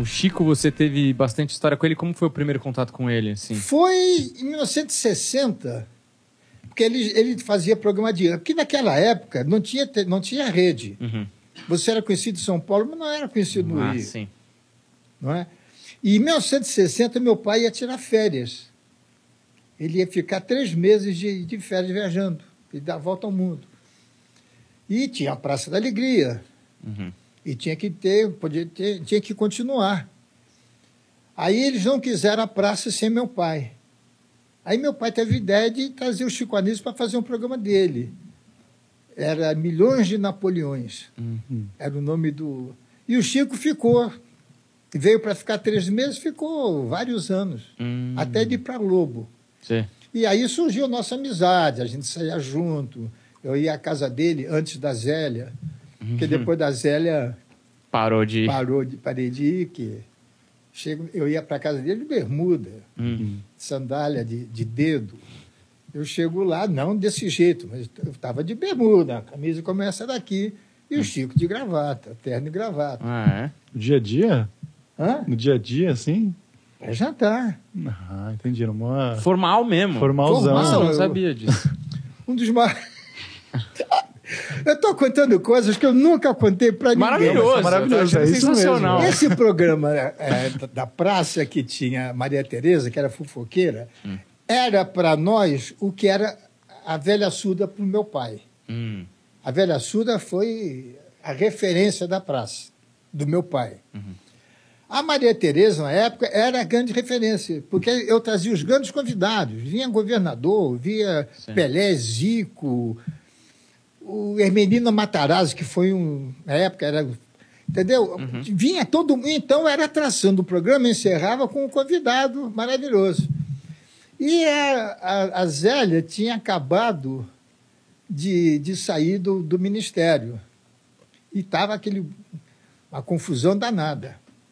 Chico, você teve bastante história com ele. Como foi o primeiro contato com ele? Assim? Foi em 1960, porque ele fazia programa de... Porque naquela época não tinha rede. Uhum. Você era conhecido em São Paulo, mas não era conhecido no Rio. Sim. Não é? E em 1960, meu pai ia tirar férias. Ele ia ficar 3 meses de férias viajando e dar a volta ao mundo. E tinha a Praça da Alegria. Uhum. E tinha que continuar. Aí eles não quiseram a praça sem meu pai. Aí meu pai teve a ideia de trazer o Chico Anísio para fazer um programa dele. Era Milhões de Napoleões. Uhum. Era o nome do... E o Chico ficou. Veio para ficar 3 meses, ficou vários anos. Até de ir para Lobo. Sim. E aí surgiu a nossa amizade, a gente saía junto. Eu ia à casa dele antes da Zélia, porque depois da Zélia parei de ir, que eu ia para a casa dele de bermuda, sandália de dedo. Eu chego lá, não desse jeito, mas eu estava de bermuda, a camisa começa daqui, e o Chico de gravata, terno e gravata. Ah, é? No dia a dia? Hã? No dia a dia, assim? É jantar. Ah, entendi. Uma... Formal mesmo. Formalzão. Formal. Nossa, eu não sabia disso. Um dos maiores... Eu estou contando coisas que eu nunca contei para ninguém. Maravilhoso. Maravilhoso, É é isso sensacional. Esse programa da praça que tinha Maria Tereza, que era fofoqueira, era para nós o que era a Velha Surda para o meu pai. A Velha Surda foi a referência da praça, do meu pai. A Maria Tereza, na época, era a grande referência, porque eu trazia os grandes convidados. Vinha governador, vinha Pelé, Zico, o Hermenino Matarazzo, que foi na época, era... Entendeu? Vinha todo mundo. Então, era atração do programa, encerrava com um convidado maravilhoso. E a Zélia tinha acabado de sair do ministério. E estava uma confusão danada.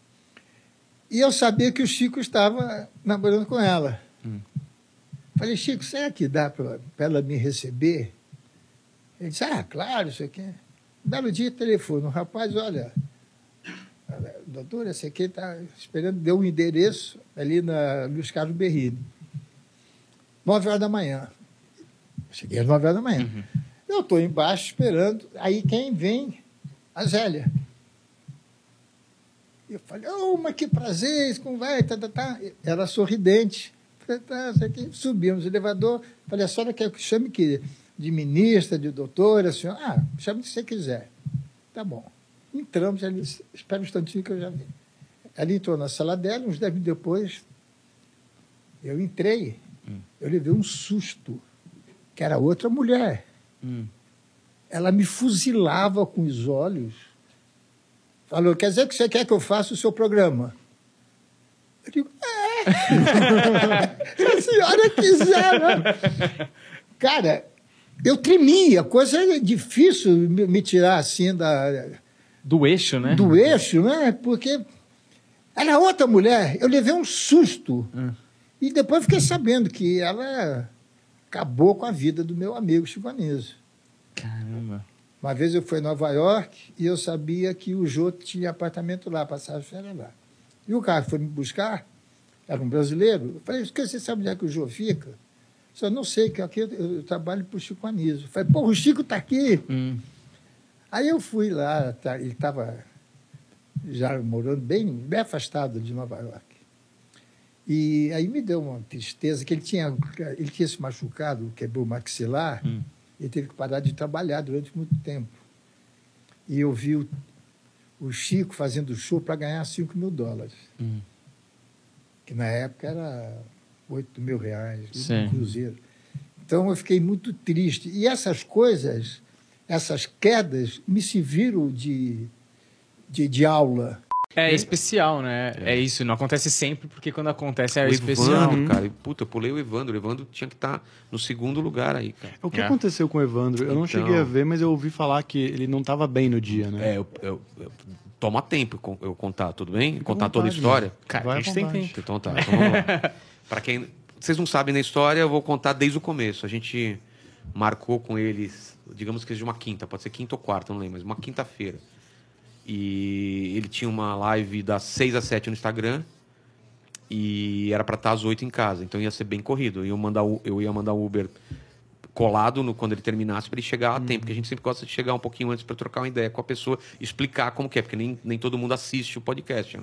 E eu sabia que o Chico estava namorando com ela. Falei, Chico, será que dá para ela me receber? Ele disse, claro, isso aqui. Um belo dia, telefone. O rapaz, olha, doutora, esse aqui está esperando, deu um endereço ali na Luiz Carlos Berrini. 9h da manhã. Cheguei às 9h da manhã. Eu estou embaixo esperando. Aí quem vem? A Zélia. Eu falei, mas que prazer, como vai? Ela sorridente. Falei, subimos no elevador. Falei, a senhora quer que chame de ministra, de doutora? A senhora, chame o que você quiser. Tá bom. Entramos, ela disse, espera um instantinho que eu já vi. Ela entrou na sala dela, uns 10 minutos depois, eu entrei, eu levei um susto, que era outra mulher. Ela me fuzilava com os olhos. Falou, quer dizer que você quer que eu faça o seu programa? Eu digo, se a senhora quiser, né? Cara, eu tremia, coisa difícil me tirar assim do eixo, né? Do eixo, né? Porque era outra mulher. Eu levei um susto. E depois fiquei sabendo que ela acabou com a vida do meu amigo Chico Anísio. Caramba. Uma vez eu fui em Nova York e eu sabia que o Jô tinha apartamento lá, passava férias lá. E o cara foi me buscar, era um brasileiro. Eu falei, você sabe onde é que o Jô fica? Eu não sei, que aqui eu trabalho para o Chico Anísio. Eu falei, o Chico está aqui. Aí eu fui lá, ele estava já morando bem afastado de Nova York. E aí me deu uma tristeza, que ele tinha se machucado, quebrou o maxilar, ele teve que parar de trabalhar durante muito tempo. E eu vi o Chico fazendo show para ganhar $5.000. Que na época era R$8.000, um cruzeiro. Então eu fiquei muito triste. E essas coisas, essas quedas, me serviram de aula. É especial, né? É isso, não acontece sempre, porque quando acontece é o especial. Evandro, cara, puta, eu pulei o Evandro. O Evandro tinha que estar no 2º lugar aí, cara. O que aconteceu com o Evandro? Eu não cheguei a ver, mas eu ouvi falar que ele não estava bem no dia, né? Toma tempo eu contar, tudo bem? Contar toda a história? Cara, a gente tem tempo. Então tá, então vamos lá. Pra quem... Vocês não sabem da história, eu vou contar desde o começo. A gente marcou com eles, digamos que seja uma quinta, pode ser quinta ou quarta, não lembro, mas uma quinta-feira. E ele tinha uma live das 6 às 7 no Instagram e era para estar às 8 em casa. Então ia ser bem corrido. Eu ia mandar o Uber colado quando ele terminasse para ele chegar a tempo. Porque a gente sempre gosta de chegar um pouquinho antes para trocar uma ideia com a pessoa, explicar como que é. Porque nem todo mundo assiste o podcast, né?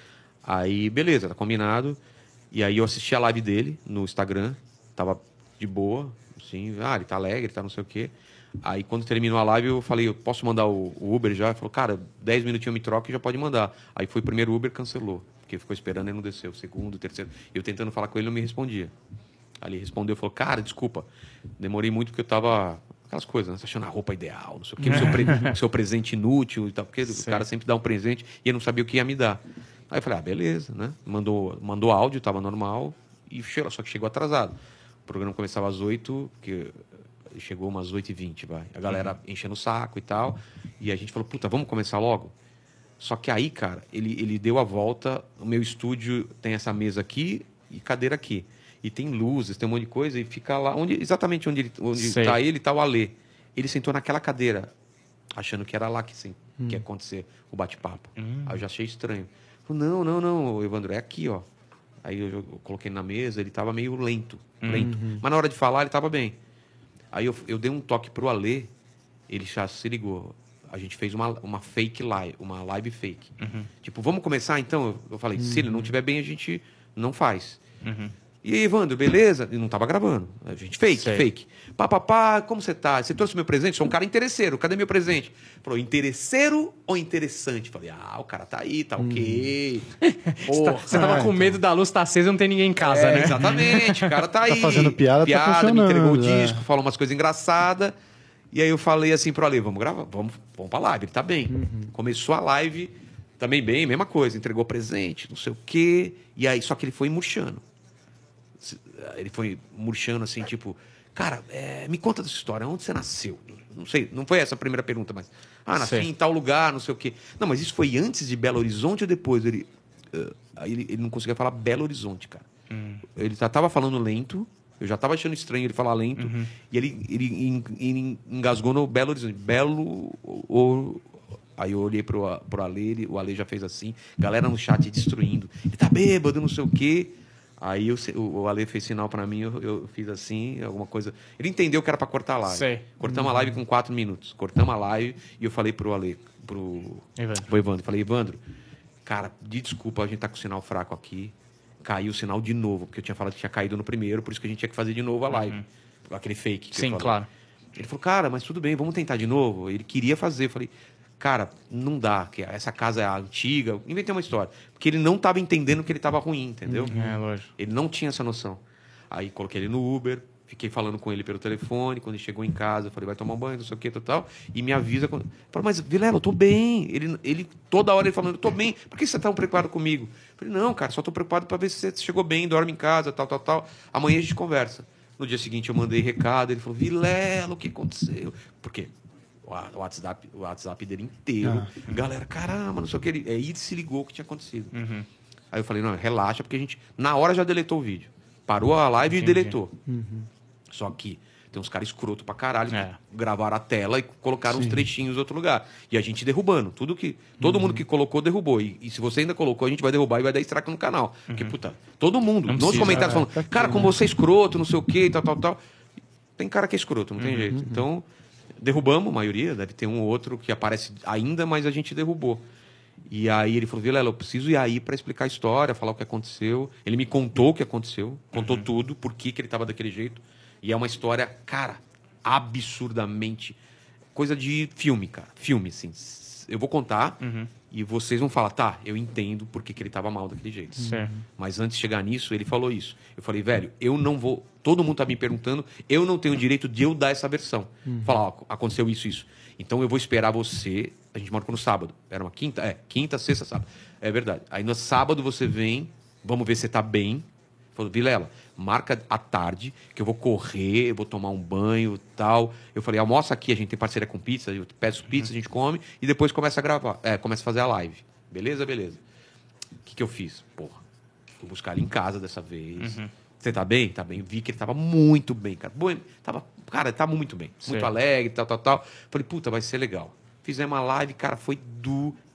Aí, beleza, tá combinado. E aí eu assisti a live dele no Instagram. Tava de boa, assim. Ele tá alegre, tá não sei o quê. Aí, quando terminou a live, eu falei, eu posso mandar o Uber já? Ele falou, cara, 10 minutinhos eu me troco e já pode mandar. Aí foi o primeiro Uber, cancelou. Porque ficou esperando e não desceu. O segundo, o terceiro. Eu tentando falar com ele, não me respondia. Aí ele respondeu, falou, cara, desculpa. Demorei muito porque eu tava... Aquelas coisas, né? Você achando a roupa ideal, não sei o quê. O seu presente inútil e tal. Porque o cara sempre dá um presente e eu não sabia o que ia me dar. Aí eu falei, beleza, né? Mandou áudio, tava normal. Só que chegou atrasado. O programa começava às 8, porque... Chegou umas 8h20, vai. A galera enchendo o saco e tal. E a gente falou, puta, vamos começar logo? Só que aí, cara, ele deu a volta. O meu estúdio tem essa mesa aqui e cadeira aqui. E tem luzes, tem um monte de coisa. E fica lá, exatamente onde tá ele, tá o Alê. Ele sentou naquela cadeira, achando que era lá que ia acontecer o bate-papo. Aí eu já achei estranho. Falei, não, Evandro, é aqui, ó. Aí eu coloquei na mesa, ele tava meio lento. Mas na hora de falar, ele tava bem. Aí eu dei um toque pro Alê, ele já se ligou. A gente fez uma fake live, uma live fake. Tipo, vamos começar então? Eu falei, se ele não estiver bem, a gente não faz. E aí, Evandro, beleza? E não tava gravando. A gente, fake. Pá, como você tá? Você trouxe meu presente? Sou um cara interesseiro, cadê meu presente? Falou, interesseiro ou interessante? Falei, o cara tá aí, tá ok. Você tava com medo da luz tá acesa e não tem ninguém em casa, né? Exatamente, o cara tá aí. Tá fazendo piada, tá funcionando. Me entregou o disco, falou umas coisas engraçadas. E aí eu falei assim pro Ale, vamos gravar, vamos pra live, ele tá bem. Começou a live, também bem, mesma coisa, entregou presente, não sei o quê. E aí, só que ele foi murchando. Ele foi murchando assim, tipo, cara, me conta dessa história, onde você nasceu? Não sei, não foi essa a primeira pergunta, mas... nasci em tal lugar, não sei o quê. Não, mas isso foi antes de Belo Horizonte ou depois? Ele não conseguia falar Belo Horizonte, cara. Ele tava falando lento, eu já tava achando estranho ele falar lento, e ele engasgou no Belo Horizonte. Aí eu olhei pro Ale, o Ale já fez assim, galera no chat destruindo. Ele tá bêbado, não sei o quê. Aí o Ale fez sinal pra mim, eu fiz assim, alguma coisa. Ele entendeu que era pra cortar a live. Cortamos a live com 4 minutos. Cortamos a live e eu falei pro Ale, pro Evandro. Falei, Evandro, cara, desculpa, a gente tá com o sinal fraco aqui. Caiu o sinal de novo, porque eu tinha falado que tinha caído no primeiro, por isso que a gente tinha que fazer de novo a live. Aquele fake. Sim, claro. Ele falou, cara, mas tudo bem, vamos tentar de novo. Ele queria fazer. Eu falei, cara, não dá, que essa casa é antiga. Inventei uma história. Porque ele não estava entendendo que ele estava ruim, entendeu? Lógico. Ele não tinha essa noção. Aí coloquei ele no Uber, fiquei falando com ele pelo telefone. Quando ele chegou em casa, eu falei, vai tomar um banho, não sei o que, tal. E me avisa. Falei, mas Vilela, eu tô bem. Ele toda hora ele falando, eu tô bem. Por que você tá tão preocupado comigo? Eu falei, não, cara, só tô preocupado para ver se você chegou bem, dorme em casa, tal. Amanhã a gente conversa. No dia seguinte eu mandei recado, ele falou, Vilela, o que aconteceu? Por quê? O WhatsApp dele inteiro. Galera, caramba, não sei o que. Aí ele se ligou o que tinha acontecido. Aí eu falei, não, relaxa, porque a gente, na hora, já deletou o vídeo. Parou a live e deletou. Só que tem uns caras escroto pra caralho que gravaram a tela e colocaram uns trechinhos em outro lugar. E a gente derrubando. Todo mundo que colocou, derrubou. E se você ainda colocou, a gente vai derrubar e vai dar estrago no canal. Porque, puta, todo mundo, nos comentários falando, cara, como você é escroto, não sei o que, tal. Tem cara que é escroto, não tem jeito. Então... Derrubamos a maioria, deve ter um ou outro que aparece ainda, mas a gente derrubou. E aí ele falou, Vilela, eu preciso ir aí para explicar a história, falar o que aconteceu. Ele me contou o que aconteceu, contou tudo, por que ele estava daquele jeito. E é uma história, cara, absurdamente... Coisa de filme, cara. Filme, assim. Eu vou contar e vocês vão falar, tá, eu entendo por que ele estava mal daquele jeito. Mas antes de chegar nisso, ele falou isso. Eu falei, velho, eu não vou... Todo mundo tá me perguntando, eu não tenho o direito de eu dar essa versão. Falar, ó, aconteceu isso. Então eu vou esperar você... A gente marcou no sábado. Era uma quinta? Quinta, sexta, sábado. É verdade. Aí no sábado você vem, vamos ver se você tá bem. Falou, Vilela, marca à tarde, que eu vou correr, eu vou tomar um banho e tal. Eu falei, almoça aqui, a gente tem parceria com pizza, eu peço pizza, a gente come, e depois começa a gravar, começa a fazer a live. Beleza? O que eu fiz? Porra, fui buscar ele em casa dessa vez. Você tá bem? Tá bem. Vi que ele tava muito bem, cara. Ele tava muito bem. Muito alegre, tal. Falei, puta, vai ser legal. Fizemos uma live, cara, foi do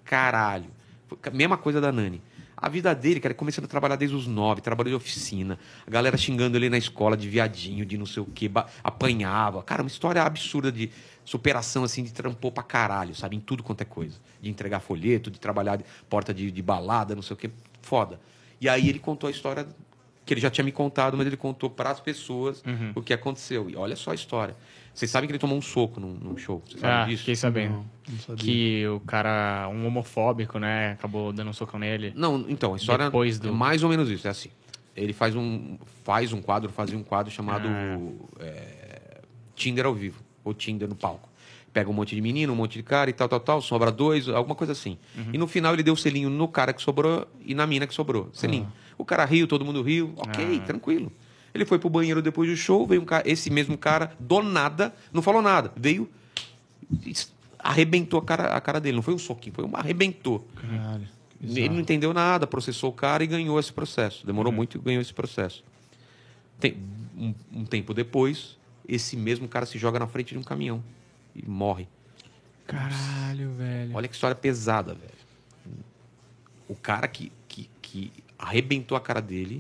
caralho. Mesma coisa da Nani. A vida dele, cara, começando a trabalhar desde os 9, trabalhou de oficina, a galera xingando ele na escola de viadinho, de não sei o quê, apanhava. Cara, uma história absurda de superação, assim, de trampou pra caralho, sabe? Em tudo quanto é coisa. De entregar folheto, de trabalhar porta de balada, não sei o quê. Foda. E aí ele contou a história que ele já tinha me contado, mas ele contou para as pessoas o que aconteceu. E olha só a história. Vocês sabem que ele tomou um soco num show? Vocês sabem disso? Fiquei sabendo. Não sabia. Que o cara, um homofóbico, né, acabou dando um socão nele. Não, então, a história é mais ou menos isso. É assim. Ele fazia um quadro chamado Tinder ao vivo. Ou Tinder no palco. Pega um monte de menino, um monte de cara e tal, sobra 2, alguma coisa assim. E no final ele deu o selinho no cara que sobrou e na mina que sobrou. Selinho. O cara riu, todo mundo riu. Ok, tranquilo. Ele foi pro banheiro depois do show, veio esse mesmo cara, do nada, não falou nada. Veio, arrebentou a cara dele. Não foi um soquinho, arrebentou. Caralho. Ele não entendeu nada, processou o cara e ganhou esse processo. Demorou muito e ganhou esse processo. Um tempo depois, esse mesmo cara se joga na frente de um caminhão e morre. Caralho, velho. Olha que história pesada, velho. O cara que arrebentou a cara dele,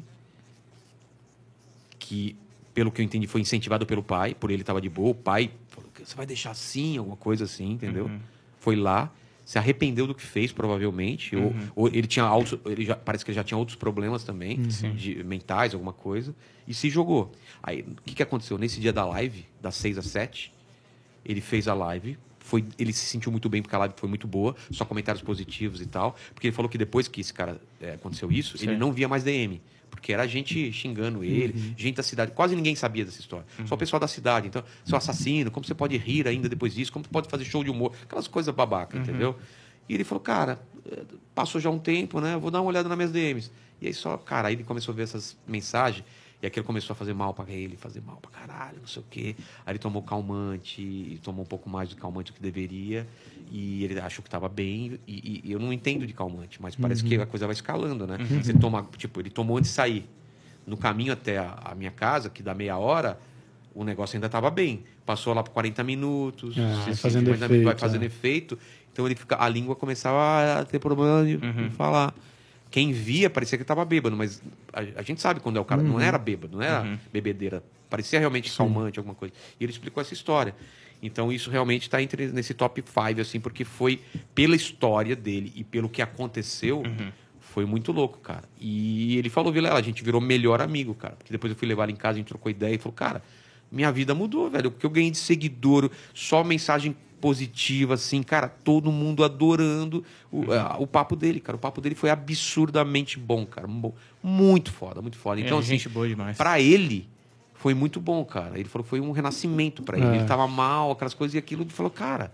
que, pelo que eu entendi, foi incentivado pelo pai, por ele estava de boa. O pai falou, você vai deixar assim, alguma coisa assim, entendeu? Foi lá, se arrependeu do que fez, provavelmente. Ou ele tinha parece que ele já tinha outros problemas também, mentais, alguma coisa, e se jogou. Aí, o que aconteceu? Nesse dia da live, das 6 às 7, ele fez a live. Ele se sentiu muito bem porque a live foi muito boa, só comentários positivos e tal. Porque ele falou que depois que esse cara aconteceu isso, ele não via mais DM. Porque era gente xingando ele, gente da cidade. Quase ninguém sabia dessa história. Só o pessoal da cidade. Então, seu assassino, como você pode rir ainda depois disso? Como pode fazer show de humor? Aquelas coisas babaca, entendeu? E ele falou, cara, passou já um tempo, né? Vou dar uma olhada nas minhas DMs. E aí aí ele começou a ver essas mensagens. E aquilo começou a fazer mal pra ele, fazer mal pra caralho, não sei o quê. Aí ele tomou calmante, e tomou um pouco mais do calmante do que deveria. E ele achou que estava bem. E eu não entendo de calmante, mas parece que a coisa vai escalando, né? Você toma, tipo, ele tomou antes de sair. No caminho até a minha casa, que dá meia hora, o negócio ainda estava bem. Passou lá por 40 minutos, vai fazendo efeito. Então a língua começava a ter problema de falar. Quem via parecia que estava bêbado, mas a gente sabe quando é o cara. Não era bêbado, não era bebedeira. Parecia realmente calmante, alguma coisa. E ele explicou essa história. Então isso realmente está nesse top 5, assim, porque foi pela história dele e pelo que aconteceu, foi muito louco, cara. E ele falou, Vilela, a gente virou melhor amigo, cara. Porque depois eu fui levar ele em casa, a gente trocou ideia e falou, cara, minha vida mudou, velho. Porque eu ganhei de seguidor, só mensagem positiva, assim, cara, todo mundo adorando o papo dele, cara. O papo dele foi absurdamente bom, cara. Muito foda, muito foda. Então, assim, gente boa demais. Pra ele, foi muito bom, cara. Ele falou que foi um renascimento pra ele. Ele tava mal, aquelas coisas, e aquilo, ele falou, cara,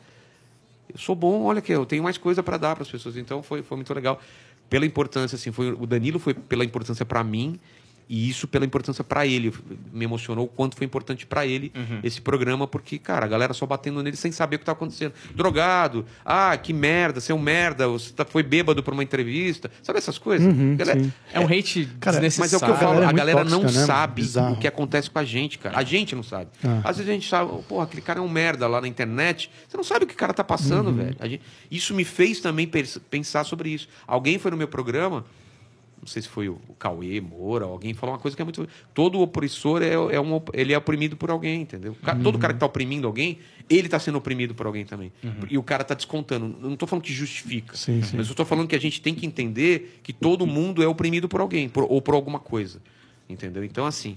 eu sou bom, olha que eu tenho mais coisa pra dar pras pessoas. Então, foi muito legal. Pela importância, assim, o Danilo foi pela importância pra mim, e isso pela importância pra ele. Me emocionou o quanto foi importante pra ele esse programa, porque, cara, a galera só batendo nele sem saber o que tá acontecendo. Drogado, que merda, você é um merda, você foi bêbado pra uma entrevista. Sabe essas coisas? Galera, é um hate desnecessário. Mas é o que eu falo, a galera tóxica, não né? sabe Bizarro. o que acontece com a gente, cara. A gente não sabe. Às vezes a gente sabe, porra, aquele cara é um merda lá na internet. Você não sabe o que o cara tá passando, velho. Isso me fez também pensar sobre isso. Alguém foi no meu programa, não sei se foi o Cauê Moura, alguém falou uma coisa que é muito... Todo opressor ele é oprimido por alguém, entendeu? Todo cara que está oprimindo alguém, ele está sendo oprimido por alguém também. E o cara está descontando. Eu não estou falando que justifica, mas eu estou falando que a gente tem que entender que todo mundo é oprimido por alguém, ou por alguma coisa, entendeu? Então, assim,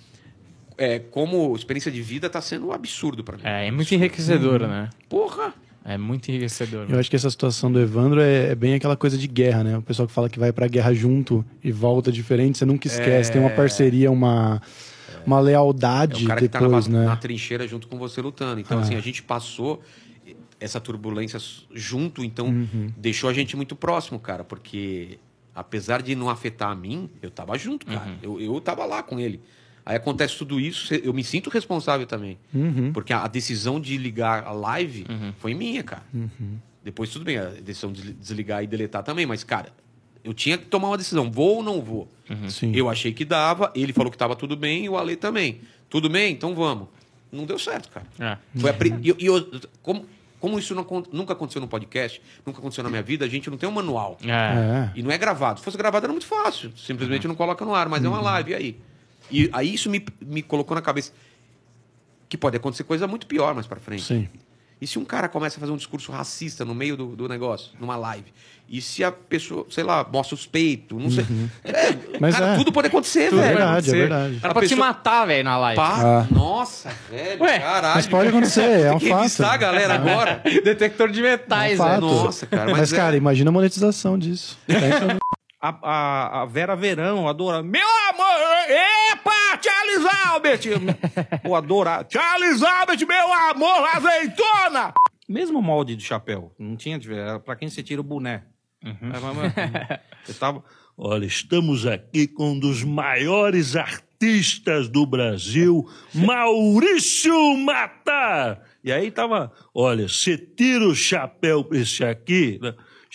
como experiência de vida, está sendo um absurdo para mim. É muito enriquecedora, né? Porra! É muito enriquecedor. Eu acho que essa situação do Evandro é bem aquela coisa de guerra, né? O pessoal que fala que vai pra guerra junto e volta diferente, você nunca esquece. Tem uma parceria, uma lealdade o cara depois, que tá né? na trincheira junto com você lutando. Então, assim, a gente passou essa turbulência junto, então deixou a gente muito próximo, cara, porque apesar de não afetar a mim, eu tava junto, cara. Eu tava lá com ele. Aí acontece tudo isso, eu me sinto responsável também. Porque a decisão de ligar a live foi minha, cara. Depois, tudo bem, a decisão de desligar e deletar também, mas, cara, eu tinha que tomar uma decisão, vou ou não vou? Eu achei que dava, ele falou que estava tudo bem e o Ale também. Tudo bem? Então vamos. Não deu certo, cara. Foi Como isso nunca aconteceu no podcast, nunca aconteceu na minha vida, a gente não tem um manual. E não é gravado. Se fosse gravado era muito fácil. Simplesmente não coloca no ar, mas é uma live, e aí? E aí isso me colocou na cabeça que pode acontecer coisa muito pior mais pra frente. Sim. E se um cara começa a fazer um discurso racista no meio do negócio, numa live? E se a pessoa, sei lá, mostra os peitos, não sei. Mas cara, tudo pode acontecer, Tudo velho. é verdade. Ela pode te matar, velho, na live. Nossa, velho, Ué, caralho. Mas pode acontecer, é um Tem que fato. revistar a galera agora. Detector de metais, É um velho. fato. Nossa, cara. Mas, cara, imagina a monetização disso. Pensa A Vera Verão adora. Meu amor! Epa! Tia Elizabeth! Vou adorar. Tia Elizabeth, meu amor, azeitona! Mesmo molde de chapéu. Não tinha. Era pra quem você tira o boné. Você tava. Olha, estamos aqui com um dos maiores artistas do Brasil, Maurício Matar. E aí tava. Olha, você tira o chapéu pra esse aqui. Né?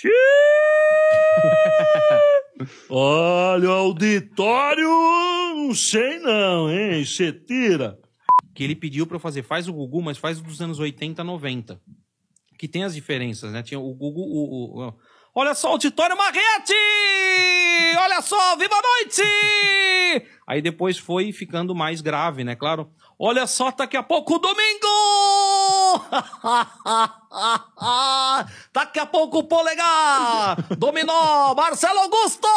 Olha, o auditório, não sei não, hein? Você tira. Que ele pediu pra eu fazer, faz o Gugu, mas faz dos anos 80, 90. Que tem as diferenças, né? Tinha o Gugu, olha só, auditório Marrete! Olha só, viva a noite! Aí depois foi ficando mais grave, né? Claro. Olha só, daqui a pouco o domingo! Daqui a pouco o polegar! Dominó! Marcelo Augusto!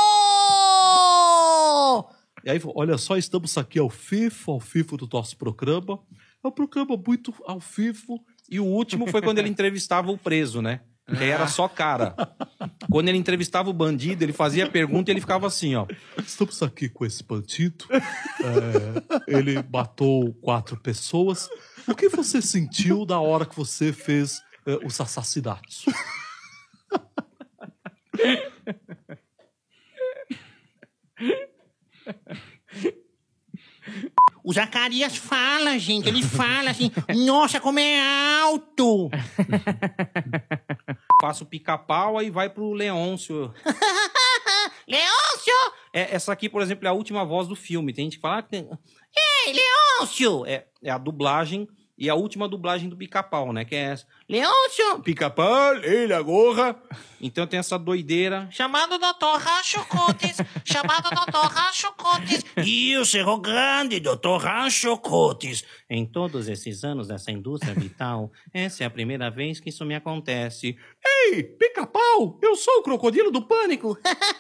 E aí, olha só, estamos aqui ao vivo do nosso programa. É um programa muito ao vivo. E o último foi quando ele entrevistava o preso, né? Que aí era só cara. Quando ele entrevistava o bandido, ele fazia a pergunta e ele ficava assim, ó. Estamos aqui com esse bandido. Ele matou 4 pessoas. O que você sentiu da hora que você fez os assassinatos? O Zacarias fala, gente. Ele fala assim, nossa, como é alto. Faço pica-pau, aí vai pro Leôncio. Leôncio! Essa aqui, por exemplo, é a última voz do filme. Tem gente que fala... Ei, Leôncio! É a dublagem e a última dublagem do pica-pau, né? Que é essa. Leôncio! Pica-pau, ele agora. Então tem essa doideira. Chamado Dr. Rancho Cotes. Chamado Dr. Rancho Cotes. E o Cerro Grande, Dr. Rancho Cotes. Em todos esses anos dessa indústria vital, essa é a primeira vez que isso me acontece. Ei, pica-pau, eu sou o crocodilo do pânico.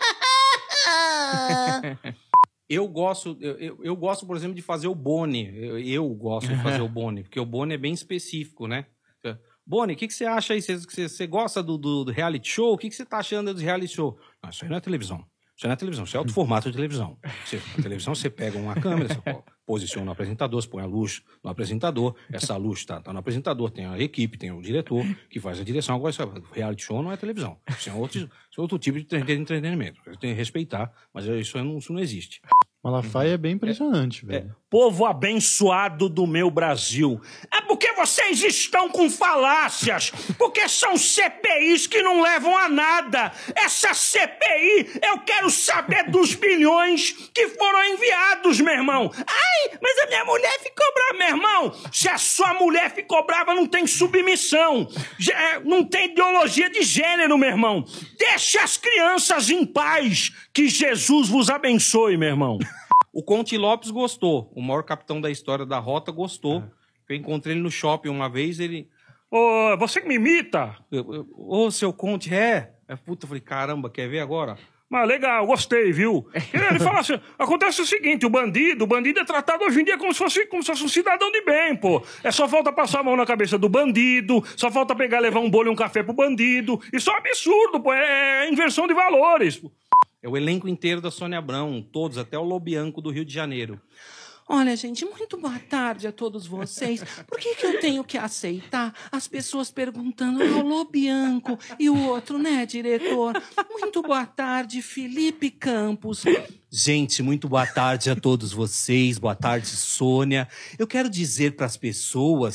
Eu gosto, por exemplo, de fazer o Boni. Eu gosto de fazer o Boni, porque o Boni é bem específico, né? Boni, o que você acha aí? Você gosta do reality show? O que você tá achando do reality show? Não, isso aí não é televisão. Isso não é televisão, isso é outro formato de televisão. Na televisão você pega uma câmera, você posiciona no apresentador, você põe a luz no apresentador, essa luz tá no apresentador, tem a equipe, tem o diretor que faz a direção. Agora, reality show não é televisão. Isso é outro tipo de entretenimento. Você tem que respeitar, mas isso não existe. Malafaia é bem impressionante, velho. Povo abençoado do meu Brasil. É porque vocês estão com falácias. Porque são CPIs que não levam a nada. Essa CPI, eu quero saber dos bilhões que foram enviados, meu irmão. Ai, mas a minha mulher ficou brava, meu irmão. Se a sua mulher ficou brava, não tem submissão. Não tem ideologia de gênero, meu irmão. Deixa as crianças em paz. Que Jesus vos abençoe, meu irmão. O Conte Lopes gostou. O maior capitão da história da rota gostou. Eu encontrei ele no shopping uma vez, ele... Ô, você que me imita? Ô, seu Conte, Puta, eu falei, caramba, quer ver agora? Mas legal, gostei, viu? Ele fala assim, acontece o seguinte, o bandido é tratado hoje em dia como se fosse um cidadão de bem, pô. Só falta passar a mão na cabeça do bandido, só falta levar um bolo e um café pro bandido. Isso é um absurdo, pô, é inversão de valores. É o elenco inteiro da Sônia Abrão, todos, até o Lobianco do Rio de Janeiro. Olha, gente, muito boa tarde a todos vocês. Por que eu tenho que aceitar as pessoas perguntando ao Lobianco e o outro, né, diretor? Muito boa tarde, Felipe Campos. Gente, muito boa tarde a todos vocês. Boa tarde, Sônia. Eu quero dizer para as pessoas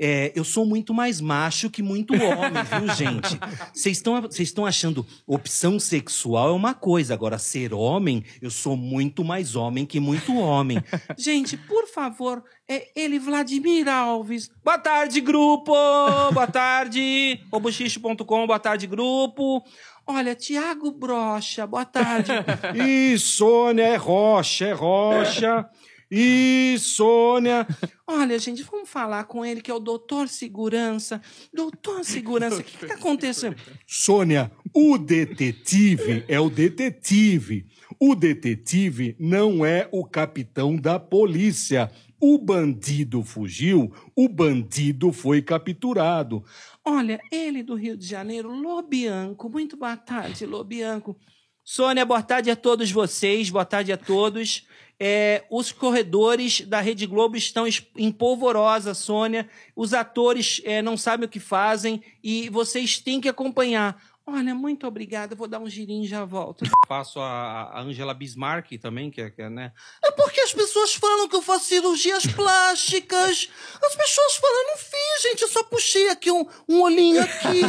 eu sou muito mais macho que muito homem, viu, gente? Vocês estão achando opção sexual é uma coisa, agora ser homem, eu sou muito mais homem que muito homem. Gente, por favor, ele Vladimir Alves. Boa tarde, grupo! Boa tarde! Obuchicho.com, boa tarde, grupo. Olha, Tiago Brocha, boa tarde. Ih, Sônia, é Rocha. Ih, Sônia. Olha, gente, vamos falar com ele, que é o Doutor Segurança. Doutor Segurança, o que tá acontecendo? Sônia, o detetive é o detetive. O detetive não é o capitão da polícia. O bandido fugiu, o bandido foi capturado. Olha, ele do Rio de Janeiro, Lobianco. Muito boa tarde, Lobianco. Sônia, boa tarde a todos vocês, boa tarde a todos. Os corredores da Rede Globo estão em polvorosa, Sônia. Os atores não sabem o que fazem e vocês têm que acompanhar. Olha, muito obrigada. Vou dar um girinho e já volto. Faço a Angela Bismarck também, que é, né? É porque as pessoas falam que eu faço cirurgias plásticas. As pessoas falam, eu não fiz, gente. Eu só puxei aqui um olhinho aqui.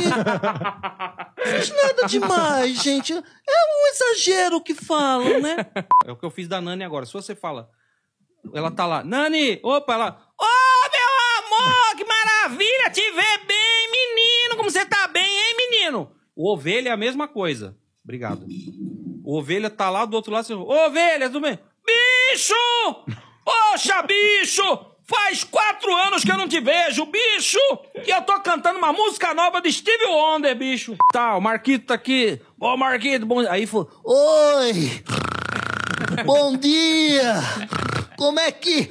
Não fiz nada demais, gente. É um exagero que falam, né? É o que eu fiz da Nani agora. Se você fala, ela tá lá, Nani, opa, ela... Ô, meu amor, que maravilha te ver bem, menino. Como você tá bem, hein, menino? O Ovelha é a mesma coisa. Obrigado. O Ovelha tá lá do outro lado. Você... Ô, Ovelha, tudo bem? Bicho! Poxa, bicho! Faz 4 anos que eu não te vejo, bicho! E eu tô cantando uma música nova do Stevie Wonder, bicho. Tá, o Marquito tá aqui. Ô, Marquito, bom... Aí foi... Oi! Bom dia! Como é que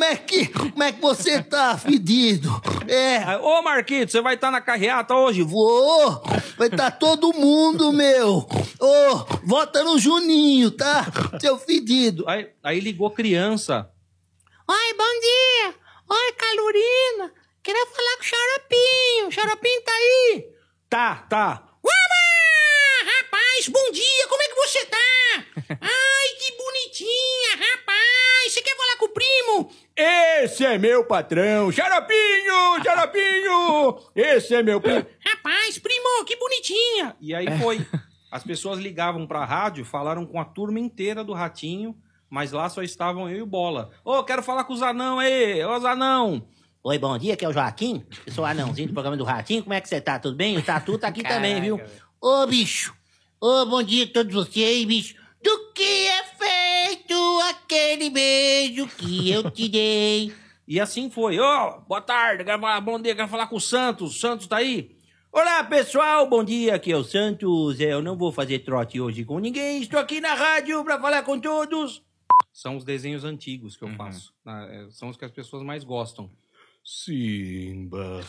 você tá, fedido? Ô, Marquito, você vai estar na carreata hoje? Vou! Vai estar todo mundo, meu! Ô, vota no Juninho, tá? Seu fedido! Aí ligou criança. Oi, bom dia! Oi, Calorina! Queria falar com o Xaropinho! O Xaropinho tá aí! Tá. Uama! Rapaz, bom dia! Como é que você tá? Ai, que bonitinha, rapaz! Você quer falar com o primo? Esse é meu patrão! Xaropinho! Esse é meu primo! Rapaz, primo, que bonitinha! E aí foi. As pessoas ligavam pra rádio, falaram com a turma inteira do Ratinho, mas lá só estavam eu e o Bola. Ô, quero falar com os anão aí! Ô, os anão! Oi, bom dia, aqui é o Joaquim. Eu sou o anãozinho do programa do Ratinho. Como é que você tá? Tudo bem? O Tatu tá aqui também, viu? Ô, bicho! Ô, bom dia a todos vocês, bicho! Do que é feito aquele beijo que eu te dei? E assim foi. Ô, boa tarde, bom dia, quero falar com o Santos. O Santos tá aí? Olá, pessoal, bom dia, aqui é o Santos. Eu não vou fazer trote hoje com ninguém, estou aqui na rádio pra falar com todos. São os desenhos antigos que eu faço. São os que as pessoas mais gostam. Simba,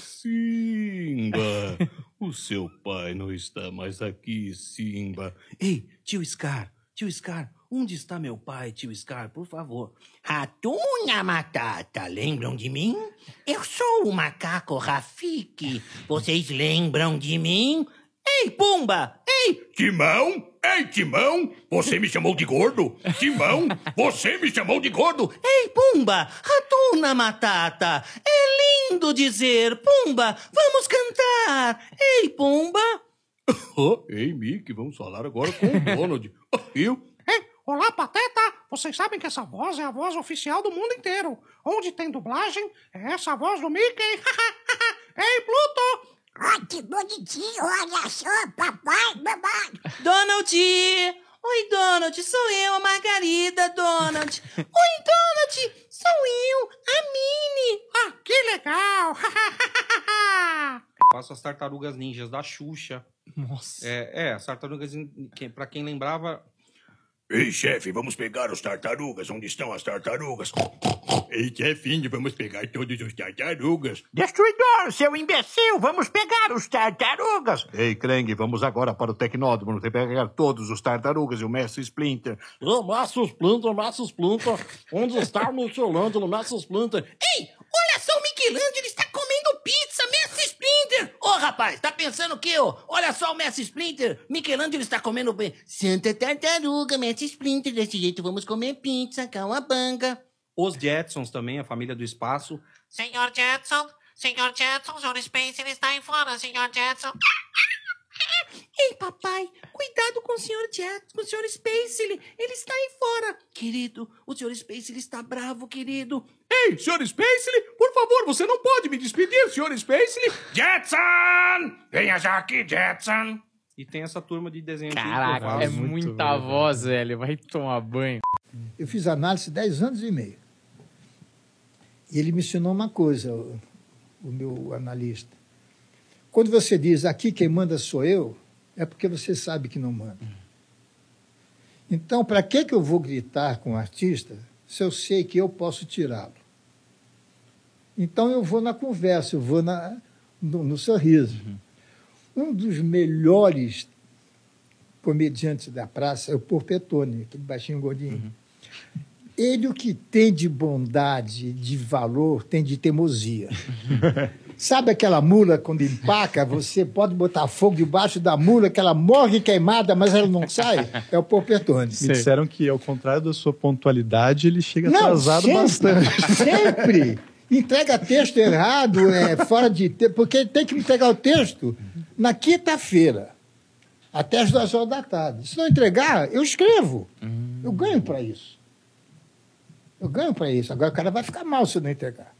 o seu pai não está mais aqui, Simba. Ei, tio Scar, onde está meu pai, tio Scar, por favor? Ratuna Matata, lembram de mim? Eu sou o macaco Rafiki. Vocês lembram de mim? Ei, Pumba! Ei! Timão? Ei, Timão! Você me chamou de gordo? Timão, você me chamou de gordo? Ei, Pumba! Ratuna Matata! É lindo dizer, Pumba, vamos cantar! Ei, Pumba! Ei, Mickey, vamos falar agora com o Donald. Eu? Ei, olá, Pateta! Vocês sabem que essa voz é a voz oficial do mundo inteiro. Onde tem dublagem, é essa a voz do Mickey. Ei, Pluto! Ai, que bonitinho, olha só, papai, mamãe. Donald! Oi, Donald, sou eu, a Margarida, Donald. Oi, Donald, sou eu, a Minnie. Ah, que legal! Faço as tartarugas ninjas da Xuxa. Nossa. As tartarugas, pra quem lembrava... Ei, chefe, vamos pegar os tartarugas. Onde estão as tartarugas? Ei, chefinho, vamos pegar todos os tartarugas. Destruidor, seu imbecil, vamos pegar os tartarugas. Ei, Krang, vamos agora para o Tecnódromo pegar todos os tartarugas e o Mestre Splinter. Mestre Splinter, onde está o Michelangelo, Mestre Splinter? Ei, olha só o Michelangelo, ele está comendo pizza, Mestre Splinter. Ô, rapaz, tá pensando o quê, ô? Olha só o Mestre Splinter, Michelangelo está comendo... Santa Tartaruga, Mestre Splinter, desse jeito vamos comer pizza, calabanga. Os Jetsons também, a família do espaço. Senhor Jetson, Senhor Jetson, o Sr. Space, ele está aí fora, Senhor Jetson. Ei, papai, cuidado com o Sr. Jet, com o Sr. Space, ele está aí fora. Querido, o Sr. Space, ele está bravo, querido. Ei, Sr. Spacely, por favor, você não pode me despedir, Sr. Spacely. Jetson! Venha já aqui, Jetson! E tem essa turma de desenho. Caraca, é muita voz, velho. Vai tomar banho. Eu fiz análise 10 anos e meio. E ele me ensinou uma coisa, o meu analista. Quando você diz aqui quem manda sou eu, é porque você sabe que não manda. Então, para que eu vou gritar com o artista se eu sei que eu posso tirá-lo? Então, eu vou na conversa, eu vou no sorriso. Um dos melhores comediantes da praça é o Porpetone, aquele baixinho gordinho. Ele, o que tem de bondade, de valor, tem de teimosia. Sabe aquela mula, quando empaca, você pode botar fogo debaixo da mula, que ela morre queimada, mas ela não sai? É o Porpetone. Me disseram que, ao contrário da sua pontualidade, ele chega atrasado bastante. Sempre! Entrega texto errado, fora de tempo, porque ele tem que me entregar o texto na quinta-feira, até as 2 horas da tarde. Se não entregar, eu escrevo. Eu ganho para isso. Agora o cara vai ficar mal se eu não entregar.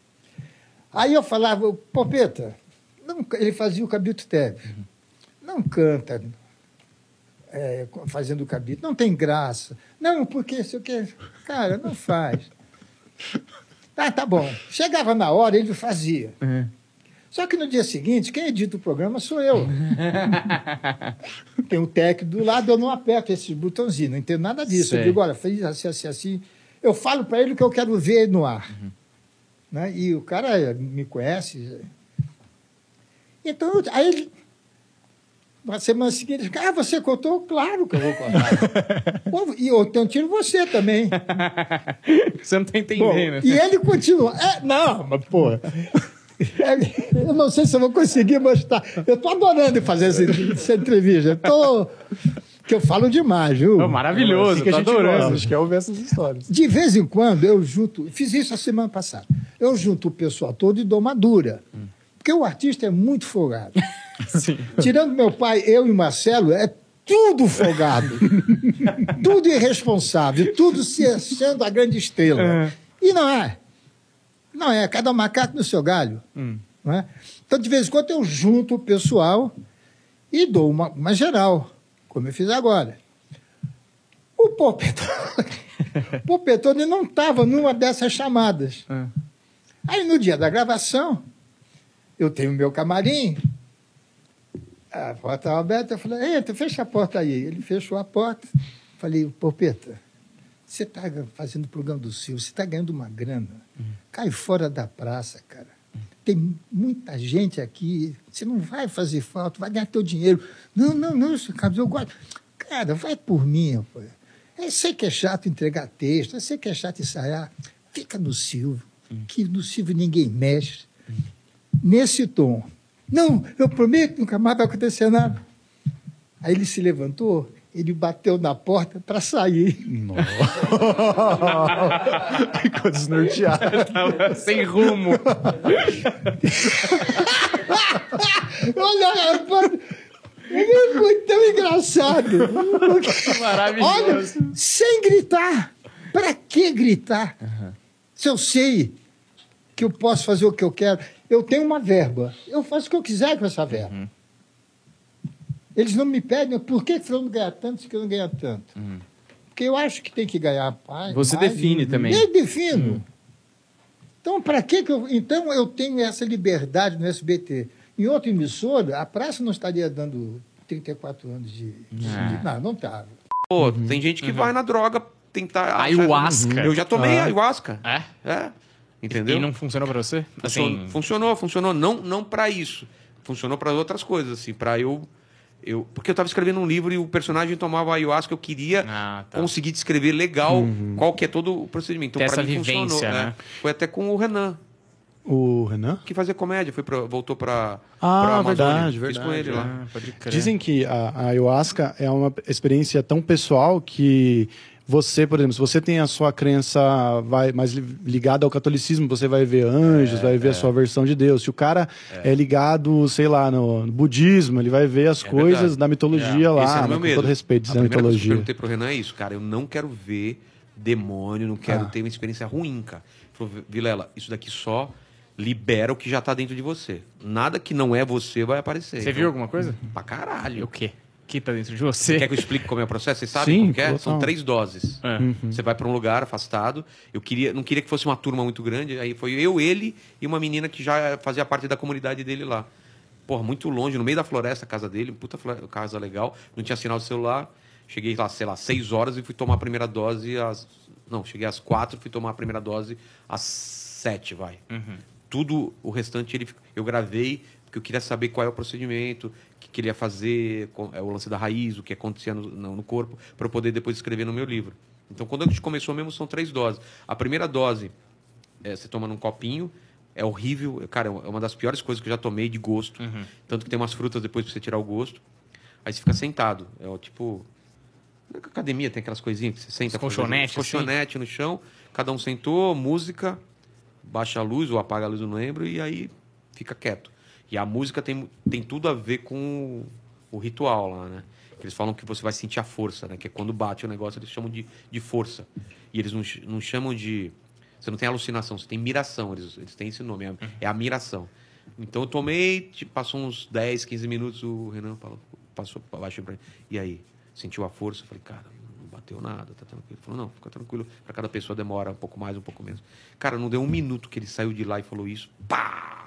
Aí eu falava, Popeta, não, ele fazia o Cabrito Teve. Não canta fazendo o Cabrito, não tem graça. Não, porque se eu quero. Cara, não faz. Tá bom. Chegava na hora, ele fazia. Só que no dia seguinte, quem edita o programa sou eu. Tem um técnico do lado, eu não aperto esses botãozinhos, não entendo nada disso. Sei. Eu digo, olha, fez assim. Eu falo para ele o que eu quero ver no ar. Né? E o cara me conhece. Então, aí ele, na semana seguinte, ele fica, você contou? Claro que eu vou contar. Pô, e eu tiro você também. Você não tá entendendo. Bom, e ele continua. Não, mas, pô... eu não sei se eu vou conseguir mostrar. Eu estou adorando fazer essa entrevista. Que eu falo demais, viu? Maravilhoso, tô adorando. A gente quer ouvir essas histórias. De vez em quando eu junto, fiz isso a semana passada, eu junto o pessoal todo e dou uma dura. Porque o artista é muito folgado. Sim. Tirando meu pai, eu e o Marcelo, é tudo folgado. Tudo irresponsável, tudo se achando a grande estrela. E não é. Não é, cada macaco no seu galho. Não é? Então, de vez em quando, eu junto o pessoal e dou uma geral, como eu fiz agora. O Porpetone não estava numa dessas chamadas. Aí, no dia da gravação, eu tenho o meu camarim, a porta estava aberta, eu falei, entra, fecha a porta aí. Ele fechou a porta. Falei, Porpeta, você está fazendo o programa do Silvio, você está ganhando uma grana. Cai fora da praça, cara. Tem muita gente aqui, você não vai fazer falta, vai ganhar teu dinheiro. Não, seu Carlos, eu gosto. Cara, vai por mim, rapaz. Eu sei que é chato entregar texto, eu sei que é chato ensaiar. Fica no Silvio, que no Silvio ninguém mexe. Nesse tom. Não, eu prometo que nunca mais vai acontecer nada. Aí ele se levantou, ele bateu na porta para sair. Ficou desnorteado. Tava sem rumo. Olha, foi tão engraçado. Maravilhoso. Olha, sem gritar. Para que gritar? Se eu sei que eu posso fazer o que eu quero, eu tenho uma verba, eu faço o que eu quiser com essa verba. Eles não me pedem por que fulano ganha tanto, se eu não ganha tanto. Porque eu acho que tem que ganhar mais. Você define também. Eu defino. Então, para que eu... Então, eu tenho essa liberdade no SBT. Em outra emissora, a praça não estaria dando 34 anos de... Não estava. Pô, tem gente que vai na droga tentar... Ayahuasca. Eu já tomei ayahuasca. É? Entendeu? E não funcionou pra você? Assim... Funcionou. Não pra isso. Funcionou pra outras coisas, assim. Pra eu... Porque eu estava escrevendo um livro e o personagem tomava ayahuasca, eu queria conseguir descrever legal qual que é todo o procedimento. Então, para mim, vivência, funcionou. né? Foi até com o Renan. O Renan? Que fazia comédia, voltou para verdade. Fiz com ele lá. Pode crer. Dizem que a ayahuasca é uma experiência tão pessoal que você, por exemplo, se você tem a sua crença mais ligada ao catolicismo, você vai ver anjos, vai ver a sua versão de Deus. Se o cara é ligado, sei lá, no budismo, ele vai ver as coisas verdade. da mitologia lá, Esse era o meu com medo. todo respeito, A da primeira coisa que eu mitologia. perguntei pro Renan é isso, cara. Eu não quero ver demônio, não quero ter uma experiência ruim, cara. Ele falou, Vilela, isso daqui só libera o que já tá dentro de você. Nada que não é você vai aparecer. Você viu alguma coisa? Pra caralho. O quê? Que tá dentro de você? Quer que eu explique como é o processo? Vocês sabem Sim, como que é? total. São 3 doses. Você vai pra um lugar afastado. Não queria que fosse uma turma muito grande. Aí foi eu, ele e uma menina que já fazia parte da comunidade dele lá. Porra, muito longe, no meio da floresta, a casa dele. Puta casa legal. Não tinha sinal de celular. Cheguei lá, sei lá, 6 horas e fui tomar a primeira dose Não, cheguei às 4 e fui tomar a primeira dose às 7, vai. Tudo o restante eu gravei, porque eu queria saber qual é o procedimento, o que ele ia fazer, o lance da raiz, o que acontecia no corpo, para eu poder depois escrever no meu livro. Então, quando a gente começou mesmo, são 3 doses. A primeira dose, você toma num copinho, é horrível. Cara, é uma das piores coisas que eu já tomei de gosto. Tanto que tem umas frutas depois para você tirar o gosto. Aí você fica sentado. É tipo... Na academia tem aquelas coisinhas que você senta... Colchonete, colchonete no chão. Cada um sentou, música, baixa a luz ou apaga a luz, eu não lembro, e aí fica quieto. E a música tem tudo a ver com o ritual lá, né? Eles falam que você vai sentir a força, né? Que é quando bate o negócio, eles chamam de força. E eles não chamam de... Você não tem alucinação, você tem miração. Eles têm esse nome, é a miração. Então eu tomei, passou uns 10, 15 minutos, o Renan passou para baixo pra mim. E aí? Sentiu a força? Eu falei, cara, não bateu nada, tá tranquilo. Ele falou, não, fica tranquilo. Para cada pessoa demora um pouco mais, um pouco menos. Cara, não deu um minuto que ele saiu de lá e falou isso. Pá!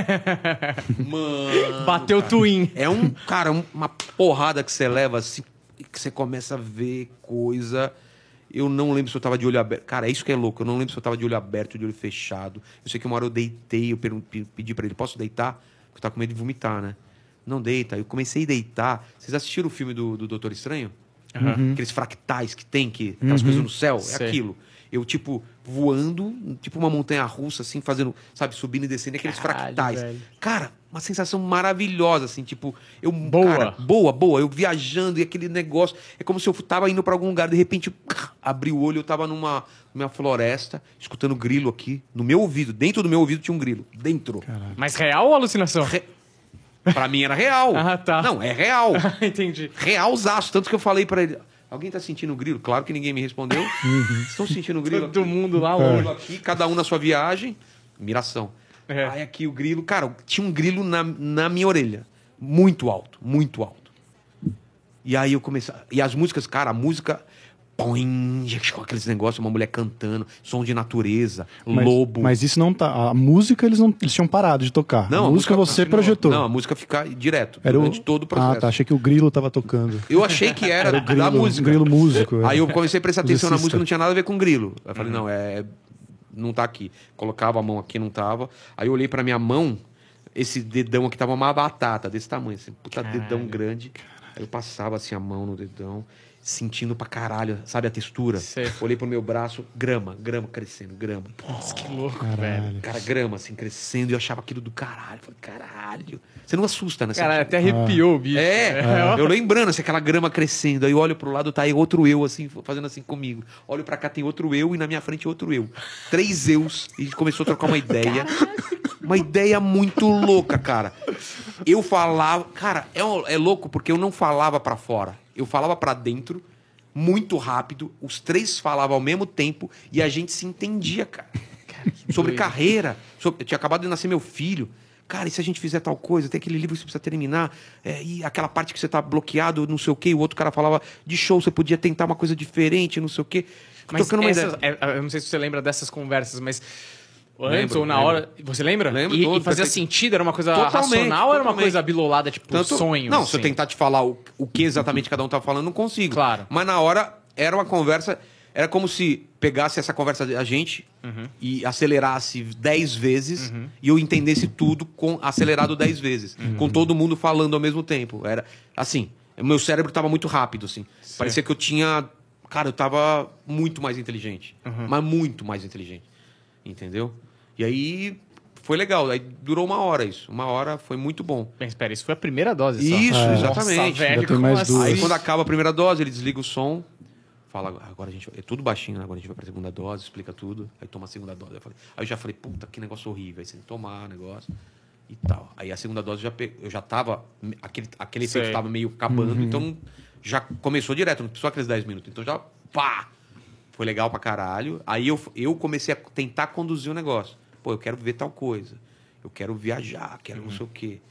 Mano... Bateu twin. É uma porrada que você leva assim, que você começa a ver coisa... Eu não lembro se eu tava de olho aberto. Cara, é isso que é louco. Eu não lembro se eu tava de olho aberto ou de olho fechado. Eu sei que uma hora eu deitei, eu pedi pra ele, posso deitar? Porque eu tava com medo de vomitar, né? Não deita. Eu comecei a deitar. Vocês assistiram o filme do Doutor Estranho? Aqueles fractais que tem, aquelas coisas no céu? É aquilo. Eu, tipo, voando, tipo uma montanha-russa, assim, fazendo, sabe, subindo e descendo, aqueles fractais. Velho. Cara, uma sensação maravilhosa, assim, tipo... Boa. Eu viajando e aquele negócio... É como se eu tava indo pra algum lugar, de repente, abri o olho, eu tava numa floresta, escutando grilo aqui, no meu ouvido. Dentro do meu ouvido tinha um grilo. Dentro. Caralho. Mas real ou alucinação? Pra mim era real. Tá. Não, é real. Entendi. Realzaço. Tanto que eu falei pra ele... Alguém tá sentindo o grilo? Claro que ninguém me respondeu. Estão sentindo o grilo? Todo mundo lá longe. Aqui, cada um na sua viagem. Miração. Aí aqui o grilo... Cara, tinha um grilo na minha orelha. Muito alto, muito alto. E aí eu comecei... E as músicas, cara, a música... Põe, aqueles negócios, uma mulher cantando, som de natureza, lobo. Mas isso não tá... A música eles tinham parado de tocar. Não, a música você projetou. Não, a música fica direto, durante todo o processo. Ah, tá. Achei que o grilo tava tocando. Eu achei que era o grilo, da música. Um grilo músico. Aí eu comecei a prestar atenção na música, não tinha nada a ver com grilo. Eu falei, não, não tá aqui. Colocava a mão aqui, não tava. Aí eu olhei pra minha mão, esse dedão aqui tava uma batata desse tamanho, assim, puta dedão grande. Aí eu passava assim a mão no dedão, sentindo pra caralho, sabe a textura? Sei. Olhei pro meu braço, grama crescendo, grama. Nossa, que louco, velho. Cara, grama assim, crescendo, e eu achava aquilo do caralho. Falei, caralho. Você não assusta, né? Cara, até arrepiou o bicho. Eu lembrando, assim, aquela grama crescendo. Aí eu olho pro lado, tá aí outro eu, assim, fazendo assim comigo. Olho pra cá, tem outro eu, e na minha frente outro eu. 3 eus. E a gente começou a trocar uma ideia. Uma ideia muito louca, cara. Eu falava... Cara, é louco, porque eu não falava pra fora. Eu falava pra dentro, muito rápido. Os 3 falavam ao mesmo tempo e a gente se entendia, cara. Sobre carreira. Eu tinha acabado de nascer meu filho. Cara, e se a gente fizer tal coisa? Tem aquele livro que você precisa terminar. E aquela parte que você tá bloqueado, não sei o quê. E o outro cara falava de show, você podia tentar uma coisa diferente, não sei o quê. Mas eu não sei se você lembra dessas conversas, mas... Antes ou na hora. Você lembra? Lembro. E fazia sentido? Era uma coisa racional ou era uma coisa bilolada, tipo sonho? Não, assim? se eu tentar te falar o que exatamente cada um tá falando, não consigo. Claro. Mas na hora era uma conversa. Era como se pegasse essa conversa da gente e acelerasse 10 vezes e eu entendesse tudo acelerado 10 vezes. Com todo mundo falando ao mesmo tempo. Era assim. O meu cérebro tava muito rápido, assim. Sim. Parecia que eu tinha. Cara, eu tava muito mais inteligente. Mas muito mais inteligente. Entendeu? E aí foi legal. Aí durou 1 hora isso. 1 hora foi muito bom. Bem, espera, isso foi a primeira dose só. Isso, exatamente. Nossa, velho, tem mais 2. Aí quando acaba a primeira dose, ele desliga o som. fala, agora a gente... É tudo baixinho, né? Agora a gente vai pra segunda dose, explica tudo. Aí toma a segunda dose. Aí eu já falei, puta, que negócio horrível. Aí você tem que tomar negócio e tal. Aí a segunda dose eu já tava... Aquele efeito tava meio acabando, então já começou direto, não precisou aqueles 10 minutos. Então já, pá! Foi legal pra caralho. Aí eu comecei a tentar conduzir o negócio. Pô, eu quero ver tal coisa. Eu quero viajar, quero não sei o quê.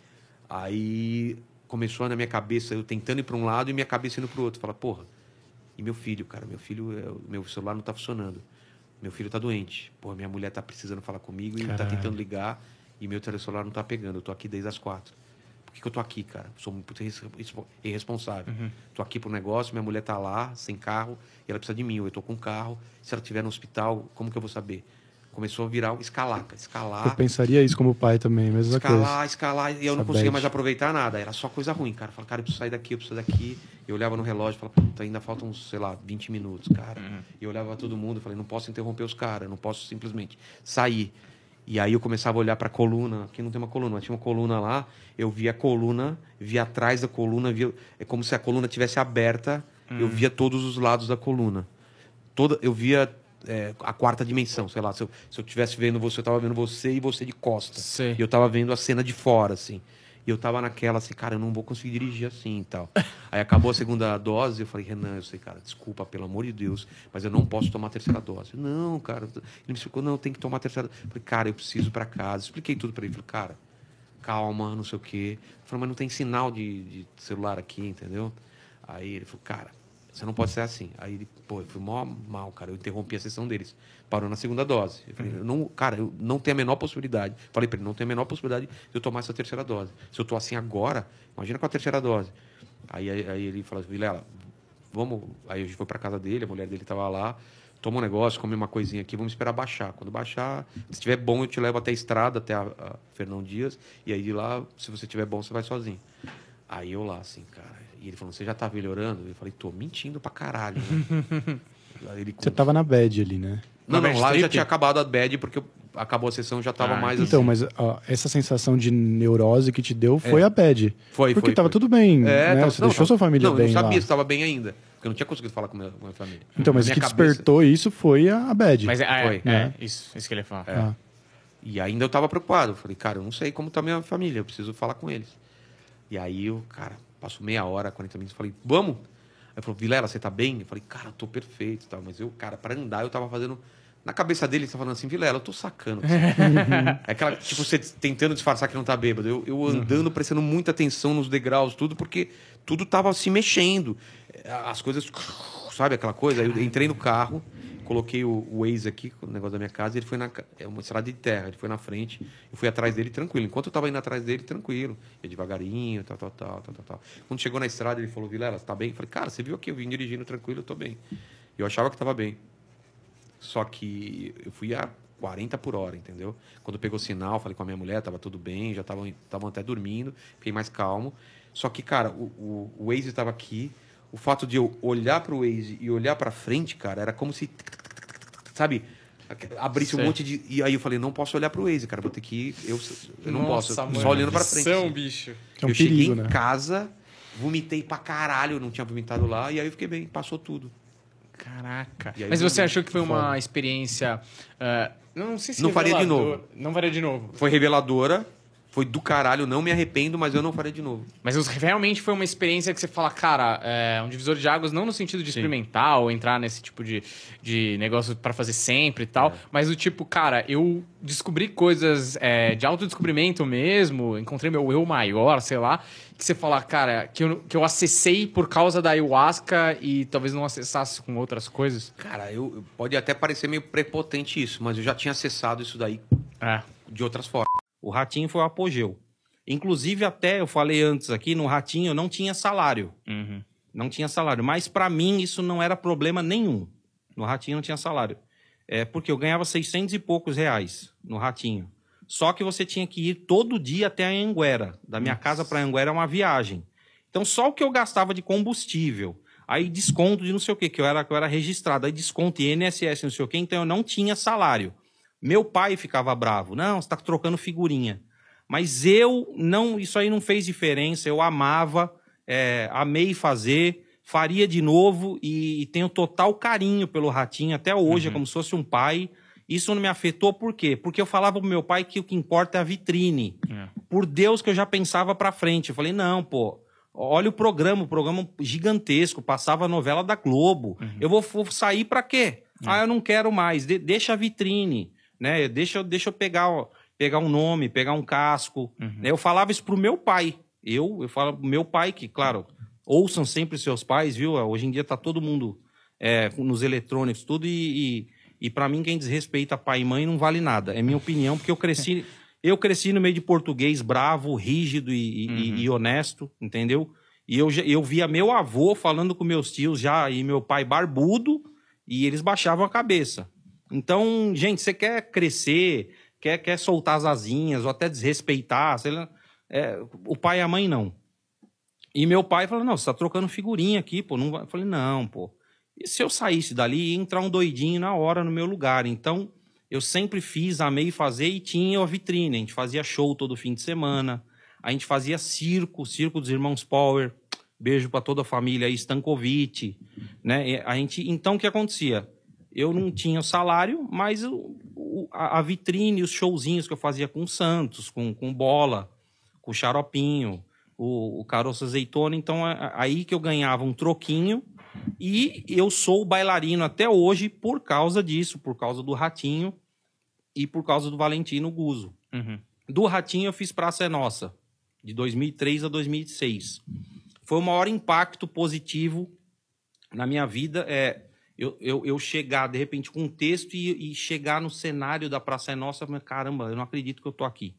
Aí começou na minha cabeça, eu tentando ir pra um lado e minha cabeça indo pro outro. Fala, porra, e meu filho, cara? Meu celular não tá funcionando. Meu filho tá doente. Porra, minha mulher tá precisando falar comigo e tá tentando ligar e meu celular não tá pegando. Eu tô aqui desde as 4. Por que eu tô aqui, cara? Sou muito irresponsável. Tô aqui pro negócio, minha mulher tá lá, sem carro, e ela precisa de mim. Eu tô com carro. Se ela estiver no hospital, como que eu vou saber? Começou a virar escalar. Eu pensaria isso como pai também, mesma coisa. Escalar, e eu não conseguia mais aproveitar nada. Era só coisa ruim, cara. Eu falava, cara, eu preciso sair daqui, eu preciso daqui. Eu olhava no relógio e falava, puta, ainda faltam uns, sei lá, 20 minutos, cara. E eu olhava pra todo mundo e falei, não posso interromper os caras, não posso simplesmente sair. E aí eu começava a olhar pra coluna. Aqui não tem uma coluna, mas tinha uma coluna lá. Eu via a coluna, via atrás da coluna, é como se a coluna tivesse aberta. Eu via todos os lados da coluna. Eu via a quarta dimensão, sei lá. Se eu estivesse vendo você, eu tava vendo você e você de costas. E eu tava vendo a cena de fora, assim. E eu tava naquela, assim, cara, eu não vou conseguir dirigir assim e tal. Aí acabou a segunda dose, eu falei, Renan, eu sei, cara, desculpa, pelo amor de Deus, mas eu não posso tomar a terceira dose. Não, cara. Ele me explicou, não, tem que tomar a terceira dose. Eu falei, cara, eu preciso ir pra casa. Expliquei tudo pra ele. Falei, cara, calma, não sei o quê. Eu falei, mas não tem sinal de celular aqui, entendeu? Aí ele falou, cara, você não pode ser assim. Aí ele, pô, eu fui mal, cara. Eu interrompi a sessão deles. Parou na segunda dose. Eu falei, eu não tenho a menor possibilidade. Falei pra ele, não tenho a menor possibilidade de eu tomar essa terceira dose. Se eu tô assim agora, imagina com a terceira dose. Aí ele falou, Vilela, vamos... Aí a gente foi pra casa dele, a mulher dele tava lá. Toma um negócio, come uma coisinha aqui, vamos esperar baixar. Quando baixar, se estiver bom, eu te levo até a estrada, até a Fernão Dias. E aí de lá, se você estiver bom, você vai sozinho. Aí eu lá, assim, cara... E ele falou, você já tá melhorando? Eu falei, tô mentindo pra caralho, né? Você tava na bad ali, né? Não, lá eu já tinha acabado a bad, porque acabou a sessão, já tava mais então, assim. mas essa sensação de neurose que te deu foi a bad. Porque tava tudo bem, né? Você deixou sua família bem eu não sabia lá. se tava bem ainda. Porque eu não tinha conseguido falar com a minha família. Então, mas o que despertou isso foi a bad. Mas foi, né? Isso que ele fala. E ainda eu tava preocupado. Eu falei, cara, eu não sei como tá a minha família, eu preciso falar com eles. E aí eu, cara... Passou meia hora, 40 minutos, falei, vamos? Aí ele falou, Vilela, você tá bem? Eu falei, cara, eu tô perfeito e tal. Mas eu, cara, pra andar, eu tava fazendo... Na cabeça dele, ele tá falando assim, Vilela, eu tô sacando. É aquela, tipo, você tentando disfarçar que não tá bêbado. Eu andando, prestando muita atenção nos degraus, tudo, porque tudo tava se mexendo. As coisas, sabe aquela coisa? Aí eu entrei no carro, coloquei o Waze aqui, o negócio da minha casa, e ele foi é uma estrada de terra, ele foi na frente, eu fui atrás dele tranquilo. Enquanto eu tava indo atrás dele, tranquilo. Ia devagarinho, tal. Quando chegou na estrada, ele falou, Vilela, você tá bem? Eu falei, cara, você viu aqui, eu vim dirigindo tranquilo, eu tô bem. Eu achava que tava bem. Só que eu fui a 40 por hora, entendeu? Quando pegou sinal, falei com a minha mulher, tava tudo bem, já estavam até dormindo, fiquei mais calmo. Só que, cara, o Waze tava aqui, o fato de eu olhar pro Waze e olhar pra frente, cara, era como se... Sabe? Abrisse um monte de... E aí eu falei, não posso olhar pro Waze, cara. Vou ter que ir... Eu não posso. Mano, só olhando pra frente. Missão, bicho. Eu cheguei em casa, vomitei pra caralho. Não tinha vomitado lá. E aí eu fiquei bem. Passou tudo. Caraca. Mas você achou que foi uma experiência... não sei se não faria de novo. Não faria de novo. Foi reveladora. Foi do caralho, não me arrependo, mas eu não faria de novo. Mas realmente foi uma experiência que você fala, cara, um divisor de águas, não no sentido de experimentar ou entrar nesse tipo de negócio pra fazer sempre e tal, mas o tipo, cara, eu descobri coisas de autodescobrimento mesmo, encontrei meu eu maior, sei lá, que você fala, cara, que eu acessei por causa da ayahuasca e talvez não acessasse com outras coisas. Cara, pode até parecer meio prepotente isso, mas eu já tinha acessado isso daí de outras formas. O Ratinho foi o apogeu. Inclusive, até eu falei antes aqui, no Ratinho eu não tinha salário. Não tinha salário. Mas, para mim, isso não era problema nenhum. No Ratinho não tinha salário. Porque eu ganhava 600 e poucos reais no Ratinho. Só que você tinha que ir todo dia até a Anguera. Da minha casa para a Anguera é uma viagem. Então, só o que eu gastava de combustível. Aí, desconto de não sei o quê, que eu era registrado. Aí, desconto e INSS, não sei o quê. Então, eu não tinha salário. Meu pai ficava bravo. Não, você está trocando figurinha. Mas eu não... Isso aí não fez diferença. Eu amava, amei fazer. faria de novo e tenho total carinho pelo Ratinho. Até hoje, é como se fosse um pai. Isso não me afetou por quê? Porque eu falava pro meu pai que o que importa é a vitrine. Por Deus que eu já pensava pra frente. Eu falei, não, pô, olha o programa gigantesco, passava a novela da Globo. Eu vou sair pra quê? Eu não quero mais, deixa a vitrine, né? Deixa eu pegar um nome, pegar um casco. Eu falava isso pro meu pai. Eu falo pro meu pai que, claro, ouçam sempre seus pais, viu? Hoje em dia tá todo mundo nos eletrônicos, tudo, e para mim quem desrespeita pai e mãe não vale nada. É minha opinião, porque eu cresci no meio de português bravo, rígido e honesto, entendeu? E eu via meu avô falando com meus tios já, e meu pai barbudo, e eles baixavam a cabeça. Então, gente, você quer crescer, quer soltar as asinhas, ou até desrespeitar, sei lá, o pai e a mãe não. E meu pai falou, não, você tá trocando figurinha aqui, pô. Não vai. Eu falei, não, pô. E se eu saísse dali, ia entrar um doidinho na hora no meu lugar. Então, eu sempre amei fazer, e tinha a vitrine. A gente fazia show todo fim de semana. A gente fazia circo dos Irmãos Power. Beijo para toda a família aí, Stankovic, né? Então, o que acontecia? Eu não tinha salário, mas a vitrine, os showzinhos que eu fazia com o Santos, com Bola, com o Xaropinho, o Caroço Azeitona. Então, aí que eu ganhava um troquinho. E eu sou bailarino até hoje por causa disso, por causa do Ratinho e por causa do Valentino Guzzo. Do Ratinho eu fiz Praça é Nossa, de 2003 a 2006. Foi o maior impacto positivo na minha vida. Eu chegar, de repente, com um texto e chegar no cenário da Praça é Nossa, caramba, eu não acredito que eu tô aqui.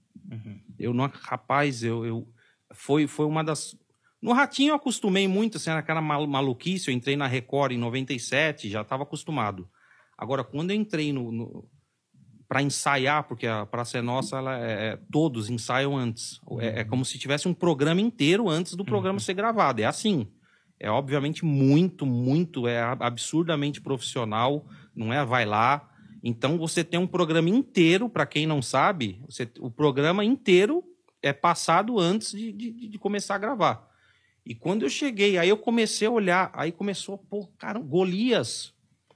Rapaz, foi uma das... No Ratinho eu acostumei muito, assim, naquela maluquice. Eu entrei na Record em 97, já estava acostumado. Agora, quando eu entrei para ensaiar, porque a Praça é Nossa, todos ensaiam antes. É como se tivesse um programa inteiro antes do programa ser gravado. É assim. É obviamente muito, absurdamente profissional. Não vai lá. Então, você tem um programa inteiro, para quem não sabe, o programa inteiro é passado antes de começar a gravar. E quando eu cheguei, aí eu comecei a olhar, aí começou, pô, cara, Golias,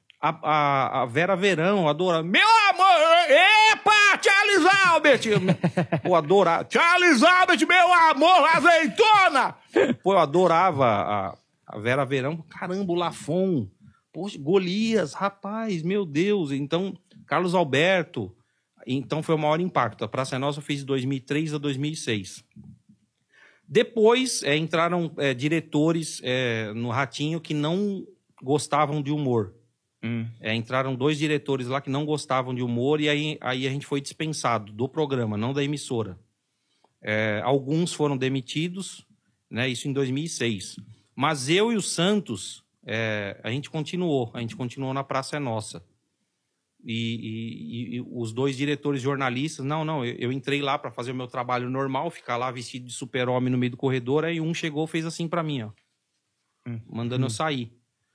a Vera Verão, adora, meu amor, epa, Charles Albert, pô, adorava, Charles Albert, meu amor, azeitona, pô, eu adorava a Vera Verão, caramba, o Lafon, poxa, Golias, rapaz, meu Deus, então, Carlos Alberto, então foi o maior impacto. A Praça é Nossa eu fiz de 2003 a 2006. Depois entraram diretores no Ratinho que não gostavam de humor. Entraram 2 diretores lá que não gostavam de humor, e aí a gente foi dispensado do programa, não da emissora. Alguns foram demitidos, né, isso em 2006. Mas eu e o Santos, a gente continuou na Praça é Nossa. E os 2 diretores jornalistas, eu entrei lá para fazer o meu trabalho normal, ficar lá vestido de super-homem no meio do corredor, aí um chegou, fez assim para mim, ó, mandando eu sair.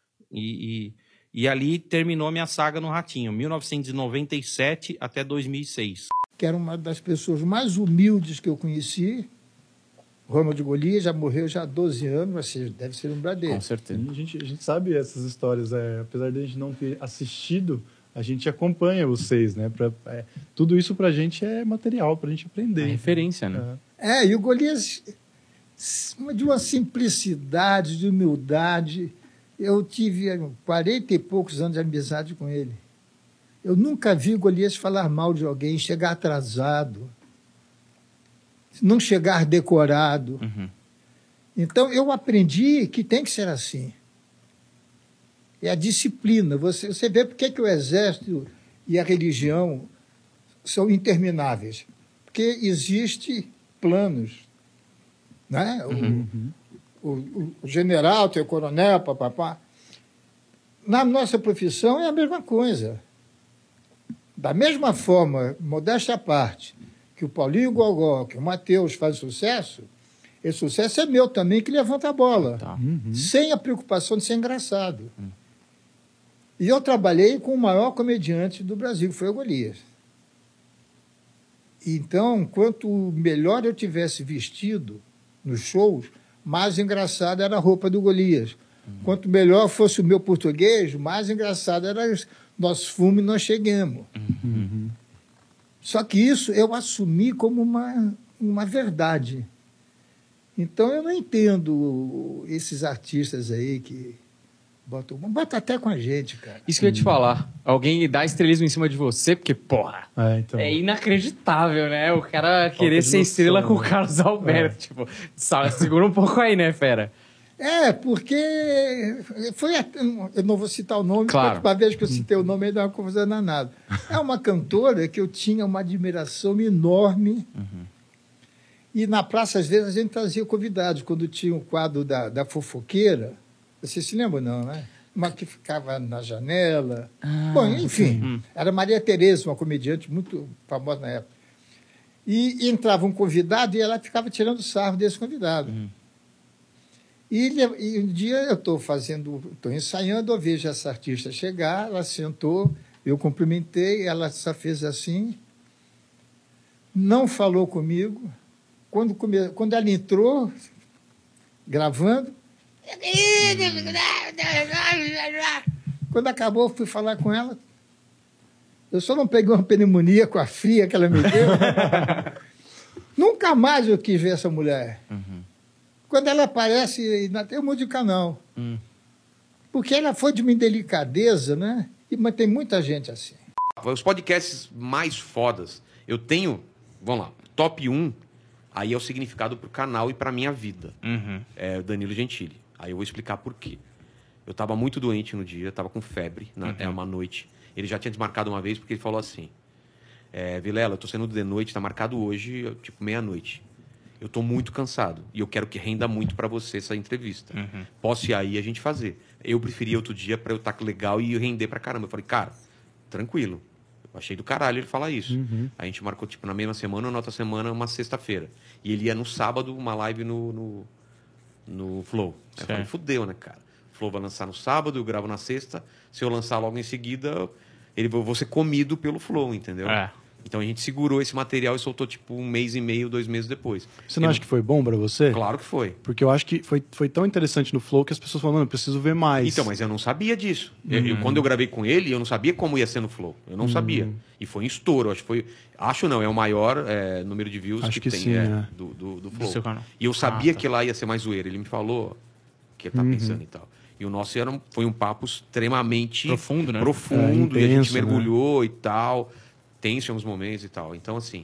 E ali terminou a minha saga no Ratinho, 1997 até 2006. Que era uma das pessoas mais humildes que eu conheci. Ronald Golias já morreu já há 12 anos, ou seja, deve ser um bradeiro. Com certeza. A gente sabe essas histórias, apesar de a gente não ter assistido, a gente acompanha vocês, né? Tudo isso pra gente é material, pra gente aprender. É referência, né? E o Golias, de uma simplicidade, de humildade. Eu tive 40 e poucos anos de amizade com ele. Eu nunca vi o Golias falar mal de alguém, chegar atrasado, não chegar decorado. Então, eu aprendi que tem que ser assim. É a disciplina. Você vê por que o exército e a religião são intermináveis. Porque existem planos. Né? O general, tem o coronel, papapá. Na nossa profissão é a mesma coisa. Da mesma forma, modéstia à parte, que o Paulinho Gogó, que o Matheus faz sucesso, esse sucesso é meu também, que levanta a bola. Sem a preocupação de ser engraçado. E eu trabalhei com o maior comediante do Brasil, que foi o Golias. Então, quanto melhor eu tivesse vestido nos shows, mais engraçada era a roupa do Golias. Quanto melhor fosse o meu português, mais engraçado era nós fomos e nós chegamos. Só que isso eu assumi como uma verdade. Então eu não entendo esses artistas aí que bota até com a gente, cara. Isso que eu ia te falar. Alguém dá estrelismo em cima de você, porque, porra, Então. é inacreditável, né? O cara querer ser estrela com o Carlos Alberto. Tipo, segura um pouco aí, né, fera? Porque foi... Eu não vou citar o nome, Claro. porque uma vez que eu citei o nome, aí dá uma confusão danada. É uma cantora que eu tinha uma admiração enorme. E na praça, às vezes, a gente trazia convidados. Quando tinha o quadro da fofoqueira, você se lembra, não, né? Uma que ficava na janela. Bom, enfim, era Maria Tereza, uma comediante muito famosa na época. E entrava um convidado e ela ficava tirando sarro desse convidado. E um dia eu estou ensaiando, eu vejo essa artista chegar, ela sentou, eu cumprimentei, ela só fez assim, não falou comigo. Quando ela entrou, gravando, quando acabou, eu fui falar com ela. Eu só não peguei uma pneumonia com a fria que ela me deu. Nunca mais eu quis ver essa mulher. Quando ela aparece, eu mudo de canal. Porque ela foi de uma delicadeza, né? Mas tem muita gente assim. Os podcasts mais fodas, eu tenho, vamos lá, top 1, aí é o significado pro canal e pra minha vida. É o Danilo Gentili. Aí eu vou explicar por quê. Eu tava muito doente no dia, tava com febre, uma noite. Ele já tinha desmarcado uma vez porque ele falou assim, Vilela, eu tô saindo de noite, tá marcado hoje, tipo meia-noite. Eu tô muito cansado e eu quero que renda muito pra você essa entrevista. Posso ir aí e a gente fazer. Eu preferia outro dia pra eu estar legal e render pra caramba. Eu falei, cara, tranquilo. Eu achei do caralho ele falar isso. A gente marcou, tipo, na mesma semana ou na outra semana, uma sexta-feira. E ele ia no sábado, uma live no Flow. Aí eu falei, fudeu, né, cara? O Flow vai lançar no sábado, eu gravo na sexta. Se eu lançar logo em seguida, eu vou ser comido pelo Flow, entendeu? Então a gente segurou esse material e soltou tipo 1 mês e meio, 2 meses depois. Você não acha que foi bom pra você? Claro que foi. Porque eu acho que foi tão interessante no Flow que as pessoas falaram, mano, eu preciso ver mais. Então, mas eu não sabia disso. Quando eu gravei com ele, eu não sabia como ia ser no Flow. Eu não sabia. E foi um estouro. Acho não, é o maior número de views que tem sim, do Flow. Do seu canal. E eu sabia que lá ia ser mais zoeira. Ele me falou que ele tá pensando e tal. E o nosso foi um papo extremamente profundo, né? Profundo, intenso, e a gente mergulhou e tal. Tenso em alguns momentos e tal. Então, assim,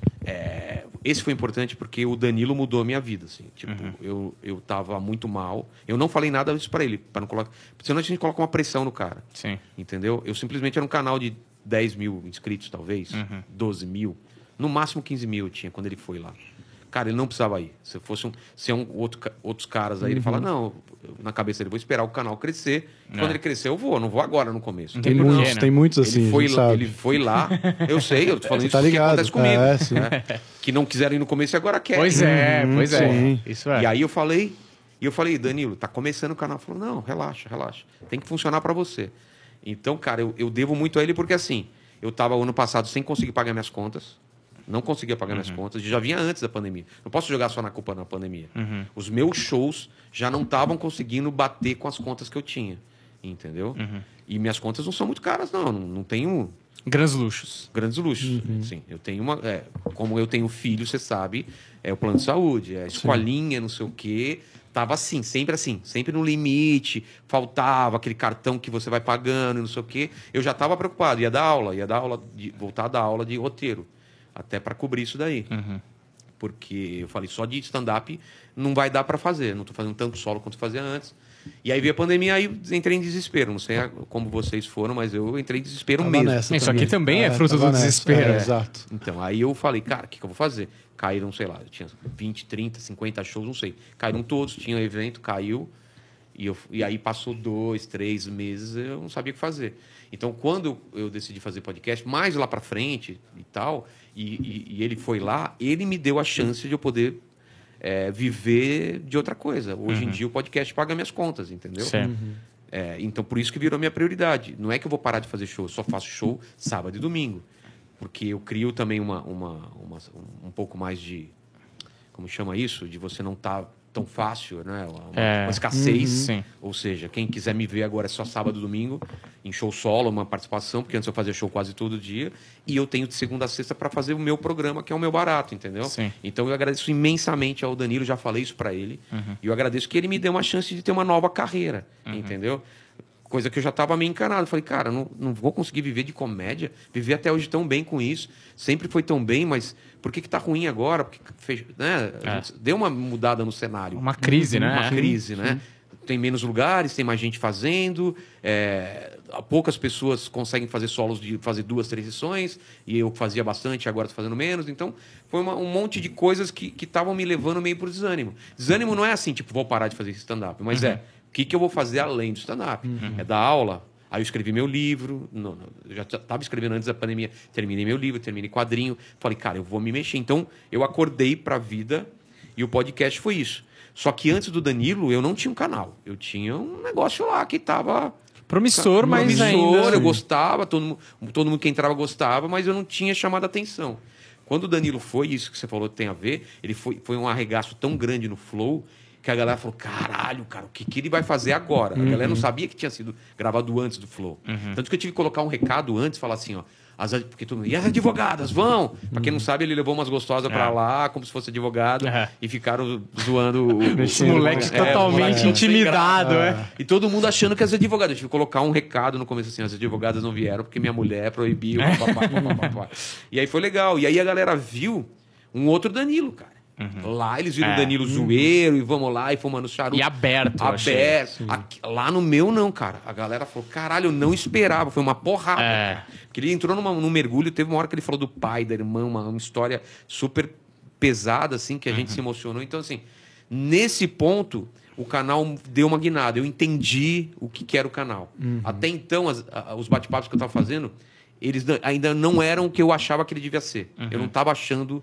esse foi importante porque o Danilo mudou a minha vida, assim. Tipo, eu tava muito mal. Eu não falei nada disso pra ele, para não colocar... Senão a gente coloca uma pressão no cara. Sim. Entendeu? Eu simplesmente era um canal de 10 mil inscritos, talvez. 12 mil. No máximo 15 mil eu tinha quando ele foi lá. Cara, ele não precisava ir. Se fosse outros caras aí, ele fala, não, na cabeça dele, vou esperar o canal crescer. Quando ele crescer, eu vou. Não vou agora no começo. Tem muitos assim, ele foi lá. Eu sei, eu tô falando isso tá ligado. que acontece comigo. Né? Que não quiseram ir no começo e agora querem. Pois é. Sim. Isso é. E aí eu falei, Danilo, tá começando o canal. Ele falou, não, relaxa. Tem que funcionar pra você. Então, cara, eu devo muito a ele porque assim, eu tava ano passado sem conseguir pagar minhas contas. Não conseguia pagar minhas contas. Já vinha antes da pandemia. Não posso jogar só na culpa na pandemia. Os meus shows já não estavam conseguindo bater com as contas que eu tinha. Entendeu? E minhas contas não são muito caras, não. Não tenho... Grandes luxos. Sim. Eu tenho uma... como eu tenho filho, você sabe, é o plano de saúde, é a escolinha, não sei o quê. Tava assim, sempre no limite. Faltava aquele cartão que você vai pagando, não sei o quê. Eu já estava preocupado. Ia voltar a dar aula de roteiro. Até para cobrir isso daí. Porque eu falei, só de stand-up não vai dar para fazer. Não estou fazendo tanto solo quanto fazia antes. E aí veio a pandemia, aí entrei em desespero. Não sei como vocês foram, mas eu entrei em desespero mesmo. Isso aqui também é fruto do desespero. Exato. Então, aí eu falei, cara, o que eu vou fazer? Caíram, sei lá, eu tinha 20, 30, 50 shows, não sei. Caíram todos, tinha evento, caiu. E aí passou 2, 3 meses, eu não sabia o que fazer. Então, quando eu decidi fazer podcast, mais lá para frente e tal, e ele foi lá, ele me deu a chance de eu poder viver de outra coisa. Hoje em dia, o podcast paga minhas contas, entendeu? Então, por isso que virou minha prioridade. Não é que eu vou parar de fazer show, eu só faço show sábado e domingo. Porque eu crio também um pouco mais de... Como chama isso? De você não estar tão fácil, né? Uma escassez. Sim. Ou seja, quem quiser me ver agora é só sábado e domingo, em show solo, uma participação, porque antes eu fazia show quase todo dia. E eu tenho de segunda a sexta para fazer o meu programa, que é o meu barato, entendeu? Sim. Então eu agradeço imensamente ao Danilo, já falei isso para ele. E eu agradeço que ele me deu uma chance de ter uma nova carreira, entendeu? Coisa que eu já estava meio encanado. Falei, cara, não vou conseguir viver de comédia, viver até hoje tão bem com isso. Sempre foi tão bem, mas por que tá ruim agora? Porque né? A gente deu uma mudada no cenário. Uma crise, né? Uma crise, né? Tem menos lugares, tem mais gente fazendo, poucas pessoas conseguem fazer solos de fazer 2, 3 sessões, e eu fazia bastante, agora estou fazendo menos. Então, foi um monte de coisas que estavam me levando meio para o desânimo. Desânimo não é assim, tipo, vou parar de fazer stand-up, mas o que eu vou fazer além do stand-up? É dar aula. Aí eu escrevi meu livro, eu já estava escrevendo antes da pandemia, terminei meu livro, terminei quadrinho, falei, cara, eu vou me mexer. Então, eu acordei para a vida e o podcast foi isso. Só que antes do Danilo, eu não tinha um canal. Eu tinha um negócio lá que estava... Promissor, mas ainda... Eu gostava, todo mundo que entrava gostava, mas eu não tinha chamado a atenção. Quando o Danilo foi, isso que você falou tem a ver, ele foi um arregaço tão grande no Flow, que a galera falou, caralho, cara, o que ele vai fazer agora? A galera não sabia que tinha sido gravado antes do Flow. Tanto que eu tive que colocar um recado antes, falar assim, ó, porque todo mundo, e as advogadas, vão? Pra quem não sabe, ele levou umas gostosas pra lá, como se fosse advogado, e ficaram zoando o moleque totalmente intimidado, E todo mundo achando que as advogadas. Eu tive que colocar um recado no começo assim, as advogadas não vieram porque minha mulher proibiu, papapá. E aí foi legal. E aí a galera viu um outro Danilo, cara. Lá eles viram o Danilo zoeiro e vamos lá e fumando charuto. E aberto. Lá no meu não, cara. A galera falou, caralho, eu não esperava. Foi uma porrada. Porque ele entrou num mergulho, teve uma hora que ele falou do pai, da irmã, uma história super pesada, assim, que a gente se emocionou. Então, assim, nesse ponto, o canal deu uma guinada. Eu entendi o que era o canal. Até então, os bate-papos que eu tava fazendo, eles ainda não eram o que eu achava que ele devia ser. Eu não tava achando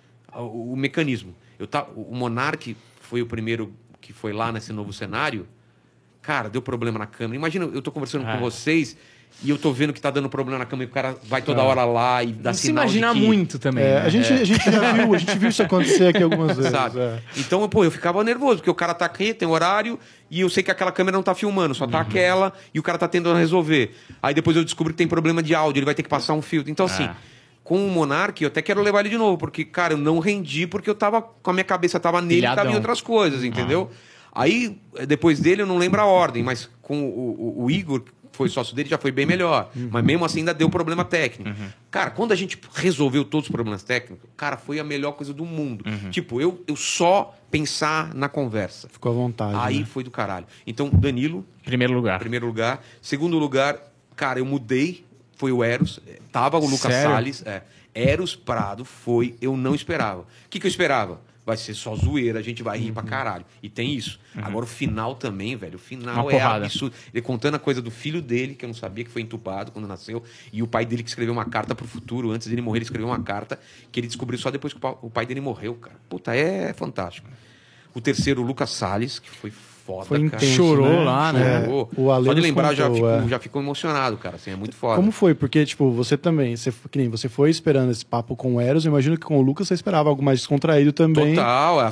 o mecanismo. O Monark foi o primeiro que foi lá nesse novo cenário. Cara, deu problema na câmera. Imagina, eu tô conversando com vocês e eu tô vendo que tá dando problema na câmera e o cara vai toda hora lá e dá sinal se imagina muito também. Né? A gente já viu isso acontecer aqui algumas vezes. Sabe? Então, eu ficava nervoso, porque o cara tá aqui, tem horário, e eu sei que aquela câmera não tá filmando, só tá aquela, e o cara tá tentando resolver. Aí depois eu descubro que tem problema de áudio, ele vai ter que passar um filtro. Então, assim... Com o Monark, eu até quero levar ele de novo, porque, cara, eu não rendi porque eu tava com a minha cabeça tava nele e tava em outras coisas, entendeu? Aí, depois dele, eu não lembro a ordem, mas com o Igor, que foi sócio dele, já foi bem melhor. Mas mesmo assim ainda deu problema técnico. Cara, quando a gente resolveu todos os problemas técnicos, cara, foi a melhor coisa do mundo. Tipo, eu só pensar na conversa. Ficou à vontade. Aí foi do caralho. Então, Danilo. Primeiro lugar. Segundo lugar, cara, eu mudei. Foi o Eros, tava o Lucas Salles. Eros Prado eu não esperava. O que eu esperava? Vai ser só zoeira, a gente vai rir pra caralho. E tem isso. Agora o final também, velho. O final é absurdo. Ele contando a coisa do filho dele, que eu não sabia que foi entubado quando nasceu, e o pai dele que escreveu uma carta pro futuro. Antes dele morrer, ele escreveu uma carta que ele descobriu só depois que o pai dele morreu, cara. Puta, é fantástico. O terceiro, o Lucas Salles, que foi foda, foi cara. intenso, chorou lá, né? Chorou. O Ale só de lembrar contou, já ficou emocionado, cara. Assim, é muito foda. Como foi? Porque, tipo, você também, que nem você foi esperando esse papo com o Eros, eu imagino que com o Lucas você esperava algo mais descontraído também. Total,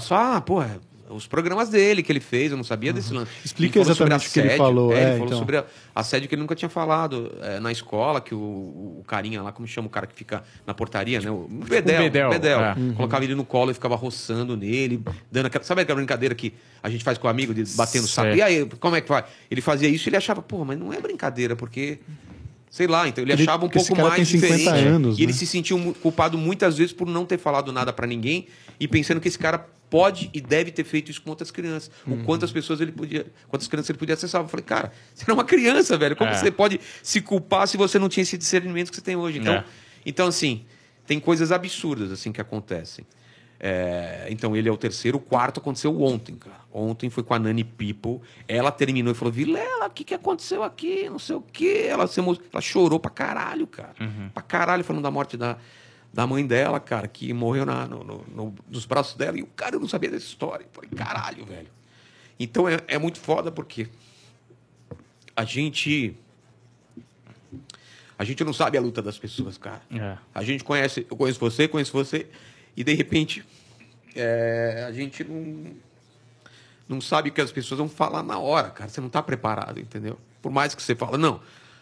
os programas dele que ele fez, eu não sabia desse lance. Explica exatamente o que ele falou. Ele falou sobre assédio que ele nunca tinha falado na escola, que o carinha lá, como chama o cara que fica na portaria, né? O Bedel. Colocava ele no colo e ficava roçando nele, dando aquela... Sabe aquela brincadeira que a gente faz com o amigo, de bater no saco? E aí, como é que vai? Ele fazia isso e ele achava, mas não é brincadeira, porque... Sei lá, então ele achava um pouco mais diferente. Anos, e ele se sentiu culpado muitas vezes por não ter falado nada pra ninguém e pensando que esse cara pode e deve ter feito isso com outras crianças. Ou quantas crianças ele podia acessar. Eu falei, cara, você era uma criança, velho. Como você pode se culpar se você não tinha esse discernimento que você tem hoje? Então, assim, tem coisas absurdas assim que acontecem. Então ele é o terceiro. O quarto aconteceu ontem, cara. Ontem foi com a Nani People. Ela terminou e falou, Vilela, o que aconteceu aqui? Não sei o quê. Ela chorou pra caralho, cara. Pra caralho, falando da morte da mãe dela, cara, que morreu nos braços dela. E o cara, eu não sabia dessa história. Eu falei, caralho, velho. Então é muito foda porque a gente não sabe a luta das pessoas, cara. A gente eu conheço você, e de repente a gente não sabe o que as pessoas vão falar na hora, cara. Você não tá preparado, entendeu? Por mais que você fala, não,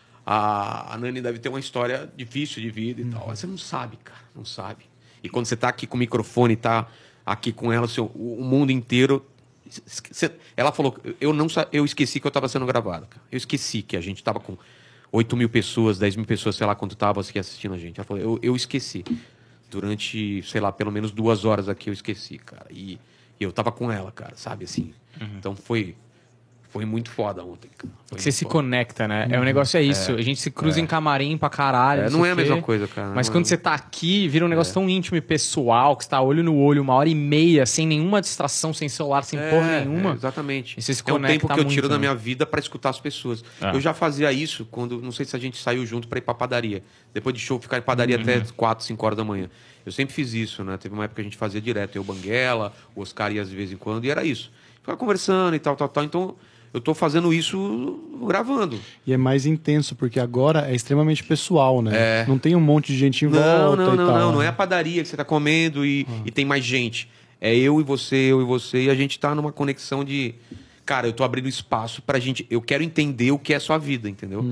a Nani deve ter uma história difícil de vida e tal. Mas você não sabe, cara, não sabe. E quando você tá aqui com o microfone, tá aqui com ela, o mundo inteiro... Ela falou, eu esqueci que eu tava sendo gravado, cara. Eu esqueci que a gente tava com 8 mil pessoas, 10 mil pessoas, sei lá quanto tava aqui assistindo a gente. Ela falou, eu esqueci. Durante, sei lá, pelo menos 2 horas aqui eu esqueci, cara. E eu tava com ela, cara, sabe, assim. Então foi muito foda ontem, cara. Você se conecta, né? O negócio é isso. A gente se cruza em camarim pra caralho. Não é a mesma coisa, cara. Mas quando você tá aqui, vira um negócio tão íntimo e pessoal, que você tá olho no olho, 1h30, sem nenhuma distração, sem celular, sem porra nenhuma. Exatamente. E você se é um tempo que eu tiro da né? minha vida pra escutar as pessoas. Eu já fazia isso quando, não sei se a gente saiu junto pra ir pra padaria. Depois de show, ficar em padaria até 4, 5 horas da manhã. Eu sempre fiz isso, né? Teve uma época que a gente fazia direto. Eu, Banguela, o Oscar ia de vez em quando, e era isso. Ficava conversando e tal. Então... eu tô fazendo isso gravando. E é mais intenso, porque agora é extremamente pessoal, né? Não tem um monte de gente em volta e tal. Não é a padaria que você tá comendo e tem mais gente. É eu e você, e a gente tá numa conexão de... Cara, eu tô abrindo espaço pra gente... Eu quero entender o que é a sua vida, entendeu?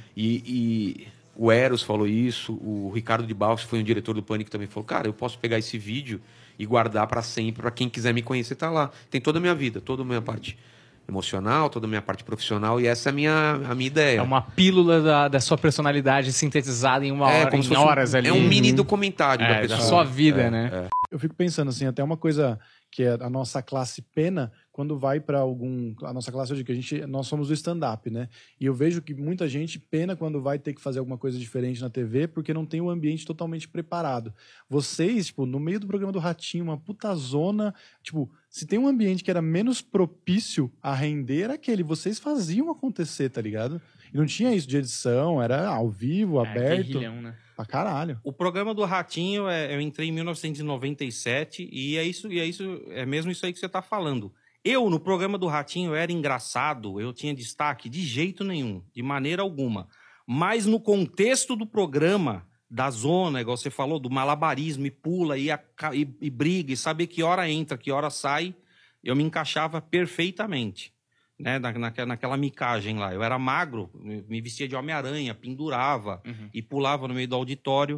E o Eros falou isso, o Ricardo de Barros, que foi um diretor do Pânico, também falou, cara, eu posso pegar esse vídeo e guardar pra sempre, pra quem quiser me conhecer, tá lá. Tem toda a minha vida, toda a minha parte emocional, toda a minha parte profissional, e essa é a minha ideia. É uma pílula da sua personalidade sintetizada em uma hora, como em horas ali. É um mini documentário da pessoa. Da sua vida, né? Eu fico pensando assim, até uma coisa que é a nossa classe pena, quando vai para a nossa classe hoje, que nós somos o stand-up, né? E eu vejo que muita gente pena quando vai ter que fazer alguma coisa diferente na TV, porque não tem o ambiente totalmente preparado. Vocês, tipo, no meio do programa do Ratinho, uma puta zona, tipo, se tem um ambiente que era menos propício a render, era aquele. Vocês faziam acontecer, tá ligado? E não tinha isso de edição, era ao vivo, aberto. Guerrilhão, né? Pra caralho. O programa do Ratinho, eu entrei em 1997 e é mesmo isso aí que você tá falando. Eu, no programa do Ratinho, era engraçado, eu tinha destaque de jeito nenhum, de maneira alguma. Mas no contexto do programa, da zona, igual você falou, do malabarismo, e pula, e briga, e saber que hora entra, que hora sai, eu me encaixava perfeitamente, né? Naquela micagem lá. Eu era magro, me vestia de Homem-Aranha, pendurava e pulava no meio do auditório.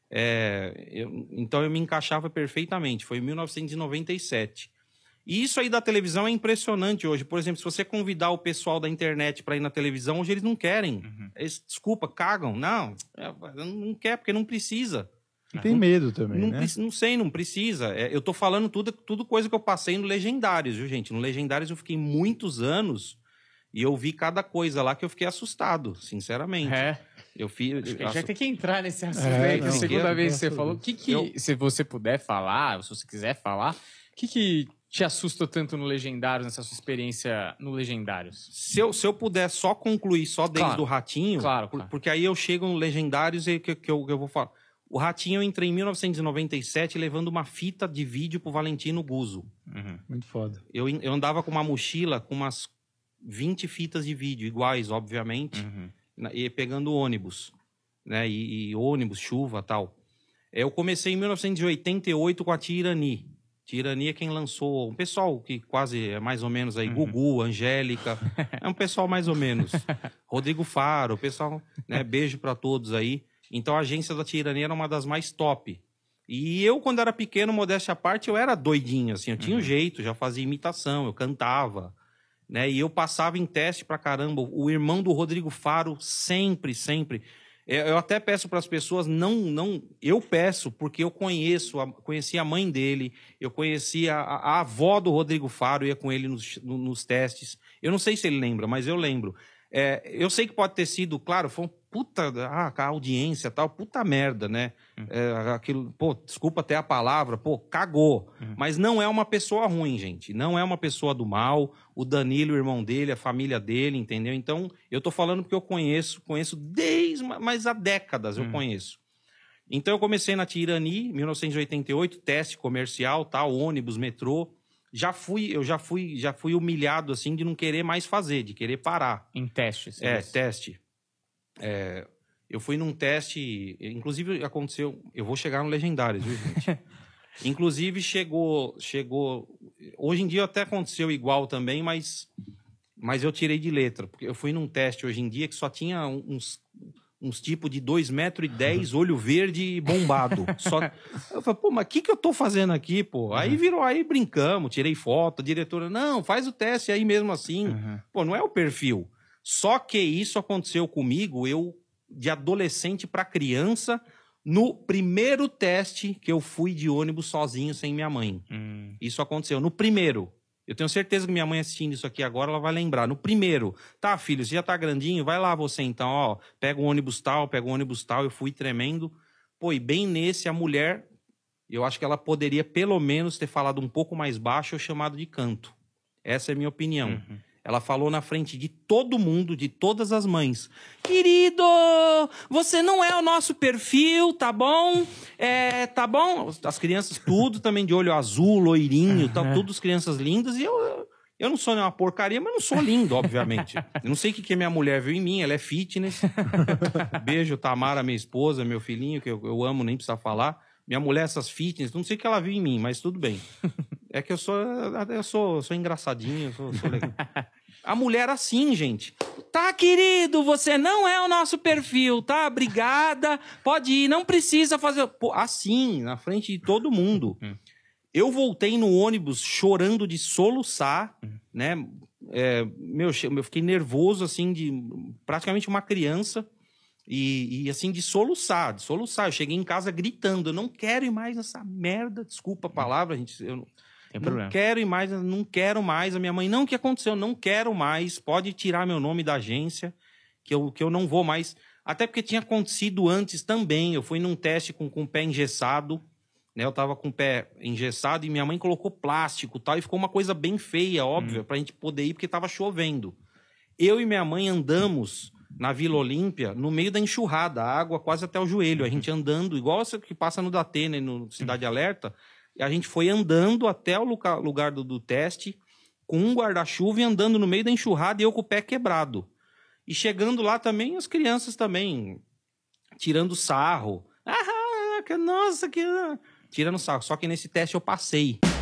Então eu me encaixava perfeitamente. Foi em 1997. E isso aí da televisão é impressionante hoje. Por exemplo, se você convidar o pessoal da internet para ir na televisão, hoje eles não querem. Eles, desculpa, cagam. Não quer, porque não precisa. E tem medo também, não, né? Não precisa. Eu tô falando tudo coisa que eu passei no Legendários, viu, gente? No Legendários eu fiquei muitos anos e eu vi cada coisa lá que eu fiquei assustado, sinceramente. Eu fiz... Acho que a gente vai ter que entrar nesse assunto aí, que é a segunda vez que você falou. Se você puder falar, ou se você quiser falar, o que te assustou tanto no Legendários, nessa sua experiência no Legendários? Se eu puder só concluir só desde o Ratinho, claro. Porque aí eu chego no Legendários e que eu vou falar. O Ratinho eu entrei em 1997 levando uma fita de vídeo pro Valentino Guzzo. Muito foda. Eu andava com uma mochila com umas 20 fitas de vídeo, iguais, obviamente, e pegando ônibus, né? E ônibus, chuva e tal. Eu comecei em 1988 com a Tia-Irani. Tia-Irani é quem lançou um pessoal que quase é mais ou menos aí, Gugu, Angélica, é um pessoal mais ou menos. Rodrigo Faro, o pessoal, né? Beijo pra todos aí. Então a agência da Tia-Irani era uma das mais top. E eu, quando era pequeno, modéstia à parte, eu era doidinho, assim, eu tinha um jeito, já fazia imitação, eu cantava, né? E eu passava em teste pra caramba. O irmão do Rodrigo Faro, sempre. Eu até peço para as pessoas, eu peço, porque eu conheci a mãe dele, eu conheci a avó do Rodrigo Faro, ia com ele nos testes. Eu não sei se ele lembra, mas eu lembro. Eu sei que pode ter sido, claro, foi a audiência tal, puta merda, né? Aquilo, desculpa até a palavra, cagou. Mas não é uma pessoa ruim, gente. Não é uma pessoa do mal. O Danilo, o irmão dele, a família dele, entendeu? Então, eu tô falando porque eu conheço mas há décadas eu conheço. Então, eu comecei na Tia-Irani, 1988, teste comercial, tal, ônibus, metrô. Eu já fui humilhado, assim, de não querer mais fazer, de querer parar. Em testes. Teste. Eu fui num teste, inclusive aconteceu, eu vou chegar no Legendários, viu, gente? Inclusive, chegou... Hoje em dia até aconteceu igual também, mas eu tirei de letra. Porque eu fui num teste hoje em dia que só tinha uns tipos de 2,10 metros, olho verde e bombado. Eu falei, pô, mas o que eu tô fazendo aqui, pô? Aí brincamos, tirei foto, a diretora, não, faz o teste aí mesmo assim. Pô, não é o perfil. Só que isso aconteceu comigo, de adolescente para criança, no primeiro teste que eu fui de ônibus sozinho, sem minha mãe. Isso aconteceu no primeiro. Eu tenho certeza que minha mãe assistindo isso aqui agora, ela vai lembrar. No primeiro, tá, filho, você já tá grandinho, vai lá você então, ó, pega o ônibus tal, eu fui tremendo. Pô, e bem nesse, a mulher, eu acho que ela poderia pelo menos ter falado um pouco mais baixo ou chamado de canto. Essa é a minha opinião. Ela falou na frente de todo mundo, de todas as mães. Querido, você não é o nosso perfil, tá bom? Tá bom? As crianças tudo também de olho azul, loirinho, tá, todas crianças lindas. E eu não sou uma porcaria, mas não sou lindo, obviamente. Eu não sei o que a minha mulher viu em mim, ela é fitness. Beijo, Tamara, minha esposa, meu filhinho, que eu amo, nem precisa falar. Minha mulher, essas fitness, não sei o que ela viu em mim, mas tudo bem. É que eu sou engraçadinho, sou legal. A mulher assim, gente. Tá, querido, você não é o nosso perfil, tá? Obrigada, pode ir, não precisa fazer... Pô, assim, na frente de todo mundo. Eu voltei no ônibus chorando de soluçar, né? Eu fiquei nervoso, assim, de praticamente uma criança. E assim, de soluçar. Eu cheguei em casa gritando, eu não quero ir mais nessa merda, desculpa a palavra, gente, eu não quero ir mais, não quero mais. A minha mãe, não, o que aconteceu? Não quero mais, pode tirar meu nome da agência, que eu não vou mais. Até porque tinha acontecido antes também, eu fui num teste com o pé engessado, né? Eu tava com o pé engessado e minha mãe colocou plástico e tal, e ficou uma coisa bem feia, óbvio, pra gente poder ir, porque tava chovendo. Eu e minha mãe andamos na Vila Olímpia, no meio da enxurrada, a água quase até o joelho, a gente andando, igual essa que passa no Datena, no Cidade Alerta, e a gente foi andando até o lugar do teste, com um guarda-chuva e andando no meio da enxurrada e eu com o pé quebrado. E chegando lá também, as crianças também, tirando sarro. Nossa, que... Tirando sarro, só que nesse teste eu passei.